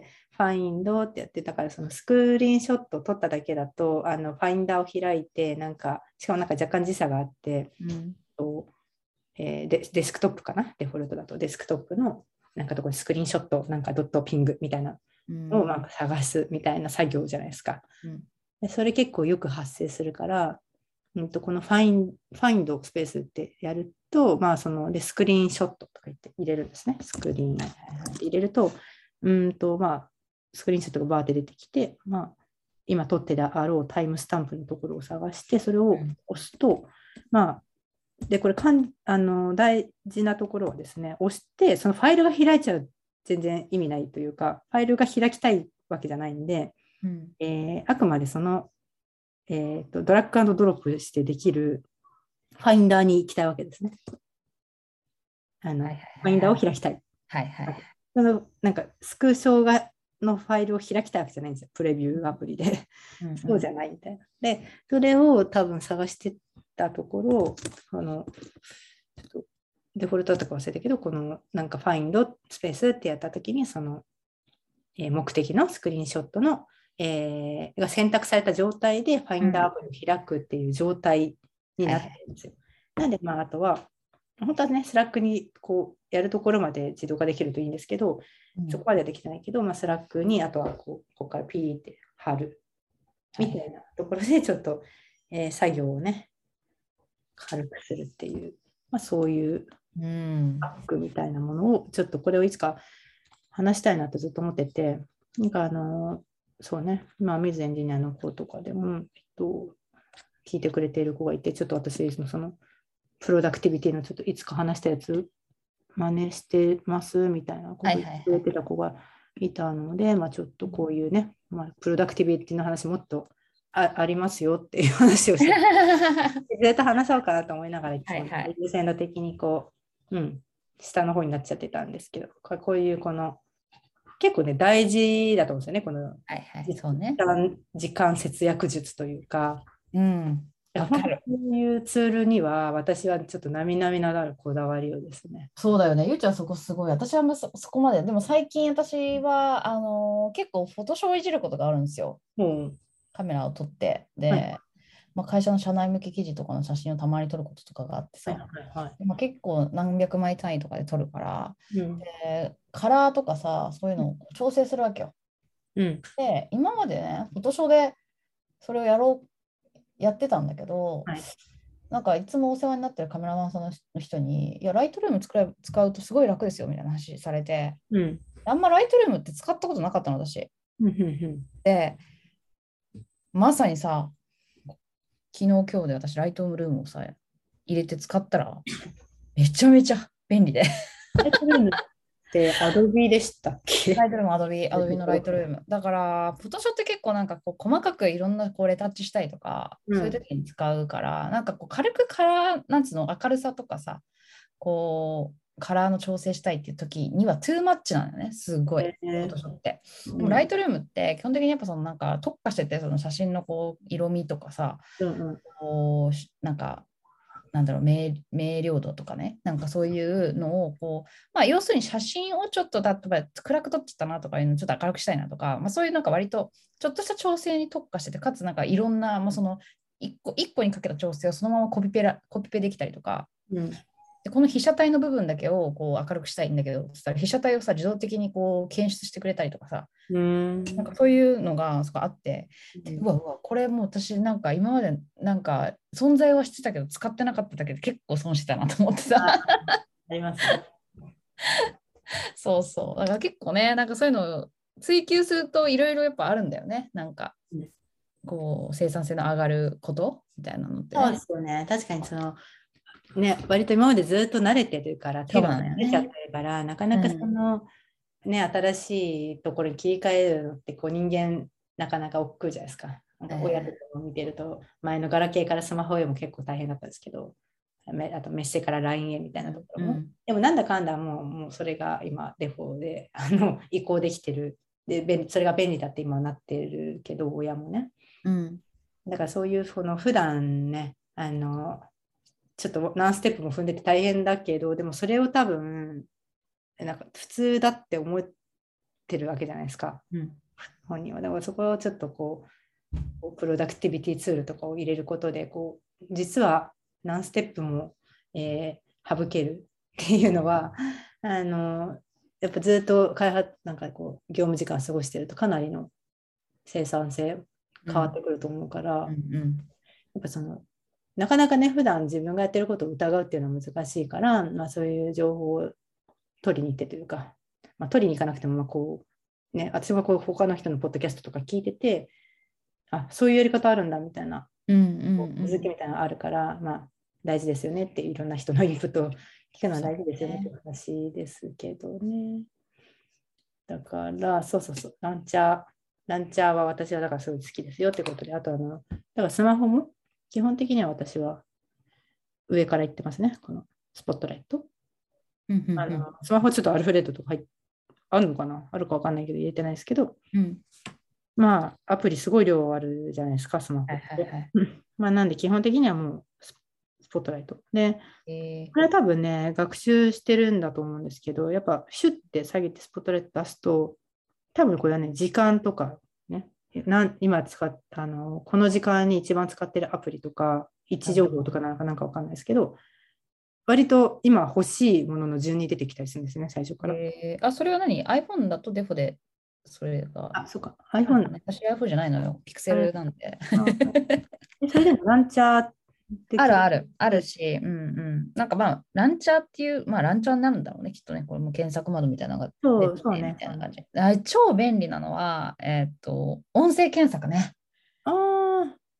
ファインドってやってたから、そのスクリーンショットを撮っただけだと、あのファインダーを開いて、なんか、しかもなんか若干時差があって、 うんとえーデ、デスクトップかな、デフォルトだとデスクトップのなんかところにスクリーンショット、なんかドットピングみたいなのをなんか探すみたいな作業じゃないですか。 うんでそれ結構よく発生するから、うん、とこのファインファインドスペースってやると、まあ、そのでスクリーンショットとか言って入れるんですね。スクリーンって入れると、うんとまあ、スクリーンショットがバーって出てきて、まあ、今撮ってであろうタイムスタンプのところを探して、それを押すと、まあ、で、これかんあの大事なところはですね、押して、そのファイルが開いちゃう全然意味ないというか、ファイルが開きたいわけじゃないんで、 うんえーあくまでその、えーと、ドラッグアンドドロップしてできるファインダーに行きたいわけですね。あの、 はいはいはいはいファインダーを開きたい。 はいはい。 そのなんかスクショがのファイルを開きたいわけじゃないんですよ。プレビューアプリで。 うんうんそうじゃないみたいな。で、それを多分探してたところ、あの、ちょっとデフォルトとか忘れたけど、このなんかファインドスペースってやったときに、その、えー目的のスクリーンショットの、えーが選択された状態でファインダーアプリを開くっていう状態になってるんですよ。なんで、まあ、あとは、本当はね、スラックにこうやるところまで自動化できるといいんですけど、 うんそこまではできてないけど、まあ、スラックにあとはこうここからピーって貼るみたいなところでちょっと、えー作業をね、軽くするっていう、まあ、そういううんバッグみたいなものを、ちょっとこれをいつか話したいなとずっと思ってて、なんかあの、そうね、まあ、水エンジニアの子とかでも、えっと、 聞いてくれている子がいて、ちょっと私、そのプロダクティビティのちょっといつか話したやつ真似してますみたいなことを言ってくれてた子がいたので、まあ、ちょっとこういうね、まあ、プロダクティビティの話もっと あ, ありますよっていう話をしてずっと話そうかなと思いながらいつも優先度的にこう、うん、下の方になっちゃってたんですけど、こういうこの結構ね大事だと思うんですよね、この時間、はいはいね、時間節約術というか。 うん、わかる。 そういうツールには私はちょっと並々ならぬこだわりをですね。 そうだよね。ゆうちゃんそこすごい。私はそ、そこまで。でも最近私はあの結構フォトショーをいじることがあるんですよ。 うん、 カメラを撮って。で、はい、まあ、会社の社内向け記事とかの写真をたまに撮ることとかがあってさ。はいはいはい、まあ、結構何百枚単位とかで撮るから、うん、でカラーとかさ、そういうのを調整するわけよ。うん、で、今までね、フォトショーでそれをやろう、やってたんだけど、はい、なんかいつもお世話になってるカメラマンさんの人に、いや、ライトルーム使うとすごい楽ですよみたいな話されて、うん、あんまライトルームって使ったことなかったの、私。で、まさにさ、昨日今日で私、ライトルームをさ、入れて使ったら、めちゃめちゃ便利で。 ライトルームってアドビでしたっけ？ ライトルーム、アドビ、アドビのライトルーム。だから、フォトショーって結構なんかこう細かくいろんなこうレタッチしたりとか、うん、そういう時に使うから、なんかこう軽くカラー、なんつうの、明るさとかさ、こう、カラーの調整したいっていう時にはトゥーマッチなんだよね、すごい、フォトショーって。でもライトルームって基本的にやっぱそのなんか特化してて、その写真のこう色味とかさ、うんうん、こうなんかなんだろう 明, 明瞭度とかね、なんかそういうのをこう、まあ、要するに写真をちょっと例えば暗く撮っちゃったなとかいうのをちょっと明るくしたいなとか、まあ、そういうなんか割とちょっとした調整に特化してて、かつなんかいろんな、まあ、その一個一個にかけた調整をそのままコピペラコピペできたりとか、うん、でこの被写体の部分だけをこう明るくしたいんだけど、そしたら被写体をさ自動的にこう検出してくれたりとかさ、うんなんかそういうのがあって、でうわうわこれもう私なんか今までなんか存在はしてたけど使ってなかっただけで結構損してたなと思ってさ。 ありますね。 そうそう。だから結構ね、なんかそういうのを追求するといろいろやっぱあるんだよね。なんか、こう生産性の上がることみたいなのってね。 そうですよね。確かにそのね、割と今までずっと慣れてるから手が出ちゃってるから、ね、なかなかその、うん、ね、新しいところに切り替えるのってこう人間なかなか億劫じゃないですか。なんか親とかも見てると、前のガラケーからスマホへも結構大変だったんですけど、あとメッセから ライン へみたいなところも、うん、でもなんだかんだもう、もうそれが今デフォであの移行できてるで、それが便利だって今なってるけど、親もね。うん、だからそういうこの普段ね、あのちょっと何ステップも踏んでて大変だけど、でもそれを多分なんか普通だって思ってるわけじゃないですか、うん、本人は。だからそこをちょっとこうプロダクティビティツールとかを入れることでこう実は何ステップも、えー、省けるっていうのはあのやっぱずっと開発なんかこう業務時間過ごしてるとかなりの生産性変わってくると思うから、うんうんうん、やっぱそのなかなかね普段自分がやってることを疑うっていうのは難しいから、まあ、そういう情報を取りに行ってというか、まあ、取りに行かなくてもまあこう、ね、私はこう他の人のポッドキャストとか聞いてて、あそういうやり方あるんだみたいな、うんうんうん、気づきみたいなのがあるから、まあ、大事ですよねっていろんな人のインプットを聞くのは大事ですよねって話ですけどね。だからそうそうそうランチャーランチャーは私はだからすごい好きですよってことで、あとあのだからスマホも基本的には私は上から行ってますね、このスポットライト。うんうんうん、あのスマホちょっとアルフレッドとか入っあるのかなあるか分かんないけど入れてないですけど、うん、まあアプリすごい量あるじゃないですか、スマホって。はいはいはい、まあなんで基本的にはもうスポットライト。で、えー、これは多分ね、学習してるんだと思うんですけど、やっぱシュッて下げてスポットライト出すと、多分これはね、時間とかね、なん今使っあのこの時間に一番使ってるアプリとか、位置情報とかなんかなんか分かんないですけど、割と今欲しいものの順に出てきたりするんですね、最初から。 えー、あ、それは何 ?iPhone だとデフォでそれが。 あ、そうか。iPhone、 ね。私 iPhone じゃないのよ。ピクセルなんで。 それでもランチャーってあるある、あるし、うんうん。なんかまあ、ランチャーっていう、まあランチャーになるんだろうね、きっとね。これも検索窓みたいなのが出てきてみたいな感じ。あ超便利なのは、えっと、音声検索ね。 ああ、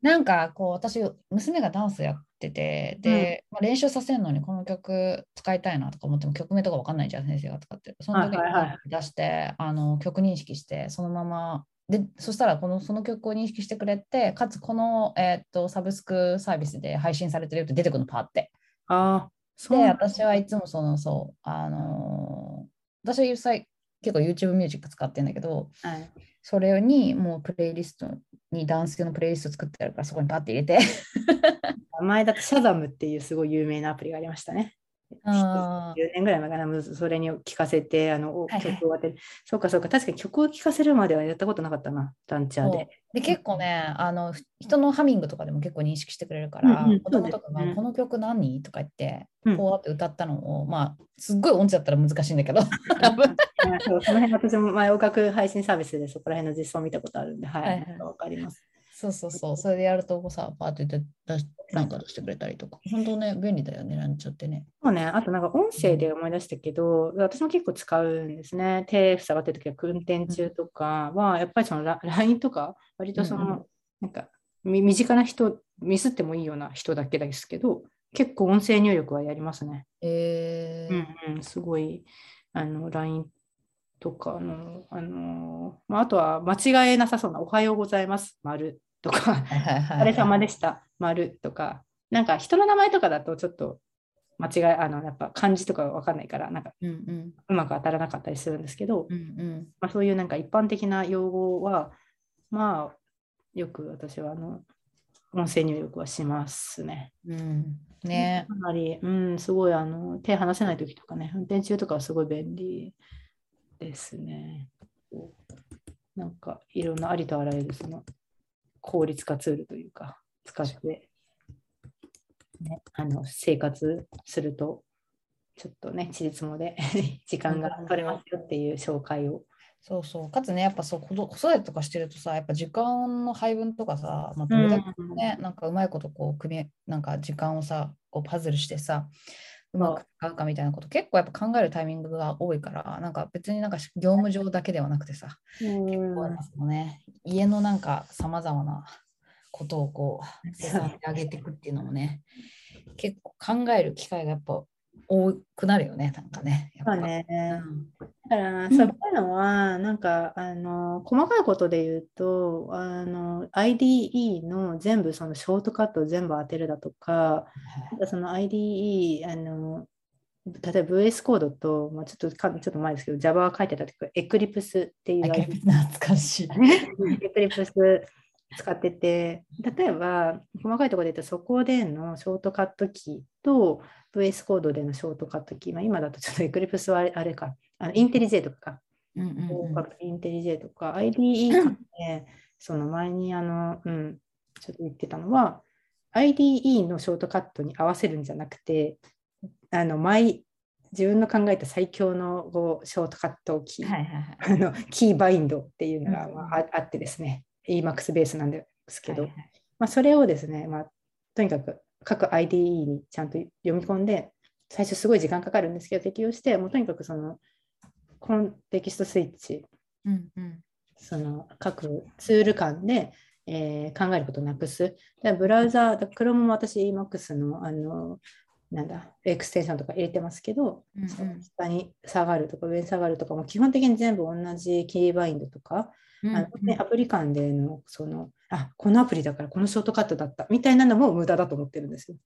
なんかこう私娘がダンスやっててうん。 で、まあ、練習させるのにこの曲使いたいなとか思っても曲名とかわかんないじゃん先生が使ってるそのはい時にはいはい。 出してあの曲認識してそのままでそしたらこのその曲を認識してくれてかつこの、えーっとサブスクサービスで配信されてるって出てくるのパーってああ、そうでなん私はいつもそのそうあのー私は最結構 YouTube ミュージック使ってるんだけどだ。はい。 それにもうプレイリストにダンス用のプレイリスト作ってあるからそこにパッて入れて前だとシャザムっていうすごい有名なアプリがありましたね。 あじゅうねんぐらい前かな、それに聞かせて、あのあ、はいはい。 曲を当てる。そうかそうか、確かに曲を聴かせるまではやったことなかったな、ランチャーで。 そう。で、結構ね、あの、人のハミングとかでも結構認識してくれるかうんうら、 ん、 子そう供とかが、 ですね。 この曲何とか言って、 うん。 こうやって歌ったのを、まあ、すっごい音痴だったら難しいんだけど、多分。 あそうその辺、私も前、音楽配信サービスでそこら辺の実装を見たことあるんで、はい、 はいはい。 わかります。 そうそうそう。それでやるとさ、パーって出しなんか出してくれたりとか。本当ね、便利だよね、ランチョってね。 そうね、あとなんか音声でうん。 思い出したけど、私も結構使うんですね。手塞がってる時は運転中とかは、やっぱりそのラ ライン とか、割うんうん。 とその、なんか、み身近な人、ミスってもいいような人だけですけど、結構音声入力はやりますね。うんえうん、すごい、あの、ライン とかの、あの、まあ、あとは間違えなさそうな、おはようございます、丸とか、 ー、はいはいお疲れはいはい。 様でした、丸とか、なんか人の名前とかだとちょっと間違い、あの、やっぱ漢字とかわかんないから、なんかうんうんうまく当たらなかったりするんですけど、 うんうん。 まあ、そういうなんか一般的な用語は、まあ、よく私はあの音声入力はしますね。 うん。ね。 かなり、うん、すごいあの手離せない時とかね、運転中とかはすごい便利ですね。なんかいろんなありとあらゆるその効率化ツールというか、使って、ね、あの生活すると、ちょっとね、ちりつもで時間が本当本取れます当。 よっていう紹介を。 そうそう。かつね、やっぱそう、子ど子育てとかしてるとさ、やっぱ時間の配分とかさ、まあ、 うどれだけん、 ね、なんかうまいことこう、組み、なんか時間をさ、こうパズルしてさ、うまくそ使うかみたいなこと結構やっぱ考えるタイミングが多いから、なんか別になんか業務上だけではなくてさ、 う。 結構うん、 やっぱそのね、家のなんかさまざまなことをこう、生産してあげていくっていうのもね、結構考える機会がやっぱ多くなるよね、なんかね、やっそうぱ。うね。 ん。 だからそういうん。 うのは、なんか、あの、細かいことで言うと、あの、アイディーイー の全部、そのショートカットを全部当てるだとか、あとその アイディーイー、あの、例えば ブイエス コードと、まあ、ちょっとか、ちょっと前ですけど、Java が書いてた時、Eclipse っていうあ、キャアイディーイーベツ懐かしい。 エクリプス使ってて、例えば、細かいところで言うと、そこでのショートカットキーと ブイエス コードでのショートカットキー、まあ、今だとちょっとエクリプスはあれあれか、あのインテリジェとかか、 うんうんインテリジェとか、アイディーイー かで、その前にあの、うん、ちょっと言ってたのは、アイディーイー のショートカットに合わせるんじゃなくて、あの、毎、自分の考えた最強のこうショートカットうん。 キはいはいはい。 ー、あのキーバインドっていうのうんうが、まあ、 ん。 ああってですね、イーマックス ベースなんですけど、 はいはい。 まあ、それをですね、まあ、とにかく各 アイディーイー にちゃんと読み込んで、最初すごい時間かかるんですけど、適用して、もうとにかくそのコンテキストスイッチ、 うんうん。 その各ツール間で、えー考えることをなくす。でブラウザー、Chrome も私 イーマックス の、あのなんだ、エクステンションとか入れてますけど、 うんうそのん。 下に下がるとか上に下がるとかも基本的に全部同じキーバインドとか、 うあのんうん。 アプリ間での、その、あ、このアプリだからこのショートカットだったみたいなのも無駄だと思ってるんですよ。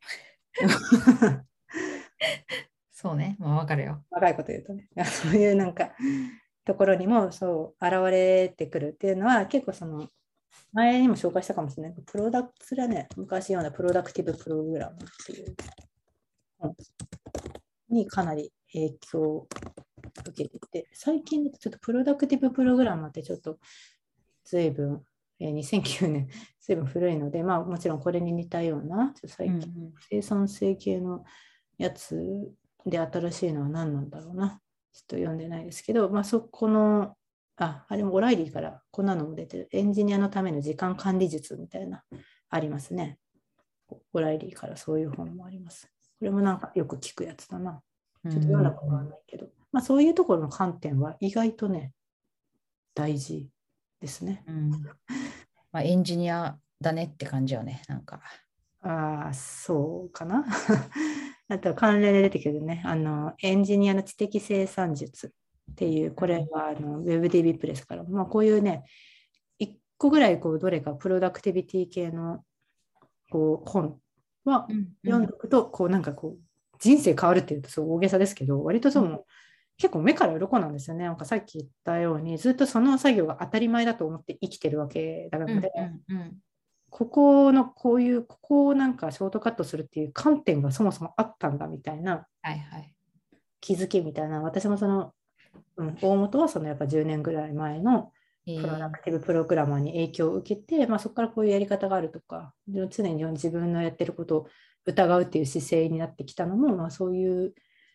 そうね。まあわかるよ。 若いこと言うとね、そういうなんかところにもそう現れてくるっていうのは結構その前にも紹介したかもしれないけど、プロダクト、それはね、昔読んだプロダクティブプログラムっていう本にかなり影響を受けてて、最近ちょっとプロダクティブプログラムってちょっと随分、えー、にせんきゅうねん、随分古いので、まあもちろんこれに似たような、ちょっと最近、 うん生産性系のやつで新しいのは何なんだろうな。ちょっと読んでないですけど、まあそこの、あ、あれもオライリーからこんなのも出てる、エンジニアのための時間管理術みたいな、ありますね。オライリーからそういう本もあります。これもなんかよく聞くやつだな。 うん。 ちょっと読んだことはうん。 ないけど、まあそういうところの観点は意外とね、大事ですね。 うん。まあエンジニアだねって感じよね、なんか。 ああ、そうかな。あと関連で出てくるね、あのエンジニアの知的生産術っていう、これはあの WebDB プレスから、まあ、こういうね、いっこぐらいこうどれかプロダクティビティ系のこう本は読んでおくと、こうなんかこう人生変わるっていうとそう大げさですけど、割とその、うん、結構目から鱗なんですよね。なんかさっき言ったように、ずっとその作業が当たり前だと思って生きてるわけなので、うんうんうん、ここのこういう、ここをなんかショートカットするっていう観点がそもそもあったんだみたいな、 はいはい、 気づきみたいな、私もその、うん、大元はそのやっぱじゅうねんぐらい前のプロダクティブプログラマーに影響を受けて、えーまあ、そこからこういうやり方があるとか、常に自分のやってることを疑うっていう姿勢になってきたのも、まあ、そういう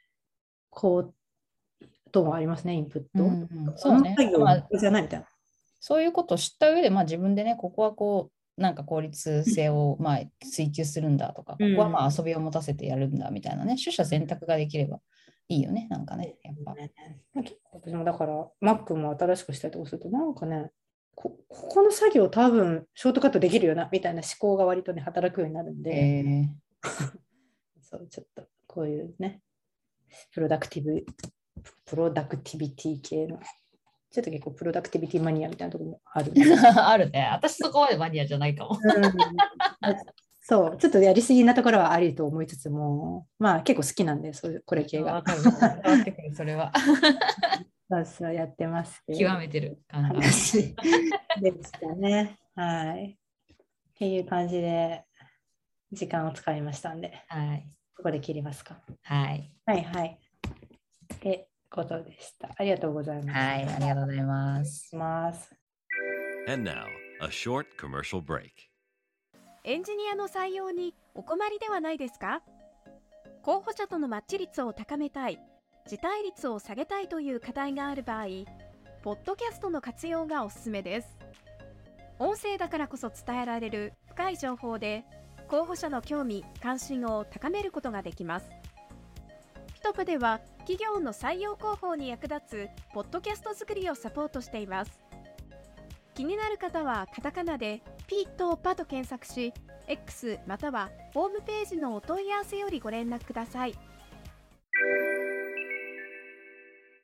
こともありますね、インプット。うんうん、そうね。じゃないみたいな。 そういうことを知った上で、まあ、自分でね、ここはこう、なんか効率性をまあ追求するんだとか、ここはまあ遊びを持たせてやるんだみたいなね、取捨選択ができればいいよね、なんかね、やっぱ。 私もだから、Mac も新しくしたりとかすると、なんかね、こ, ここの作業多分ショートカットできるよなみたいな思考が割とね、働くようになるんで、えー、そうちょっとこういうね、プロダクティブ、プロダクティビティ系の、ちょっと結構プロダクティビティマニアみたいなところもある、ね。 あるね。私そこまでマニアじゃないかも。うんそう、ちょっとやりすぎなところはありと思いつつも、まあ結構好きなんで、そういうこれ系が。 わかる。変わってくる、それは。 そうそうやってますけど。極めてる感が。 話でしたね。はい。っていう感じで時間を使いましたんで、 はい、 ここで切りますか。 はい。 はいはい。ってことでした。ありがとうございます。 はい、ありがとうございます。 ます。 And now, a short commercial break. エンジニアの採用にお困りではないですか？候補者とのマッチ率を高めたい、辞退率を下げたいという課題がある場合、ポッドキャストの活用がおすすめです。音声だからこそ伝えられる深い情報で、候補者の興味・関心を高めることができます。ピトプでは企業の採用広報に役立つポッドキャスト作りをサポートしています。気になる方はカタカナでピとパと検索し、X またはホームページのお問い合わせよりご連絡ください。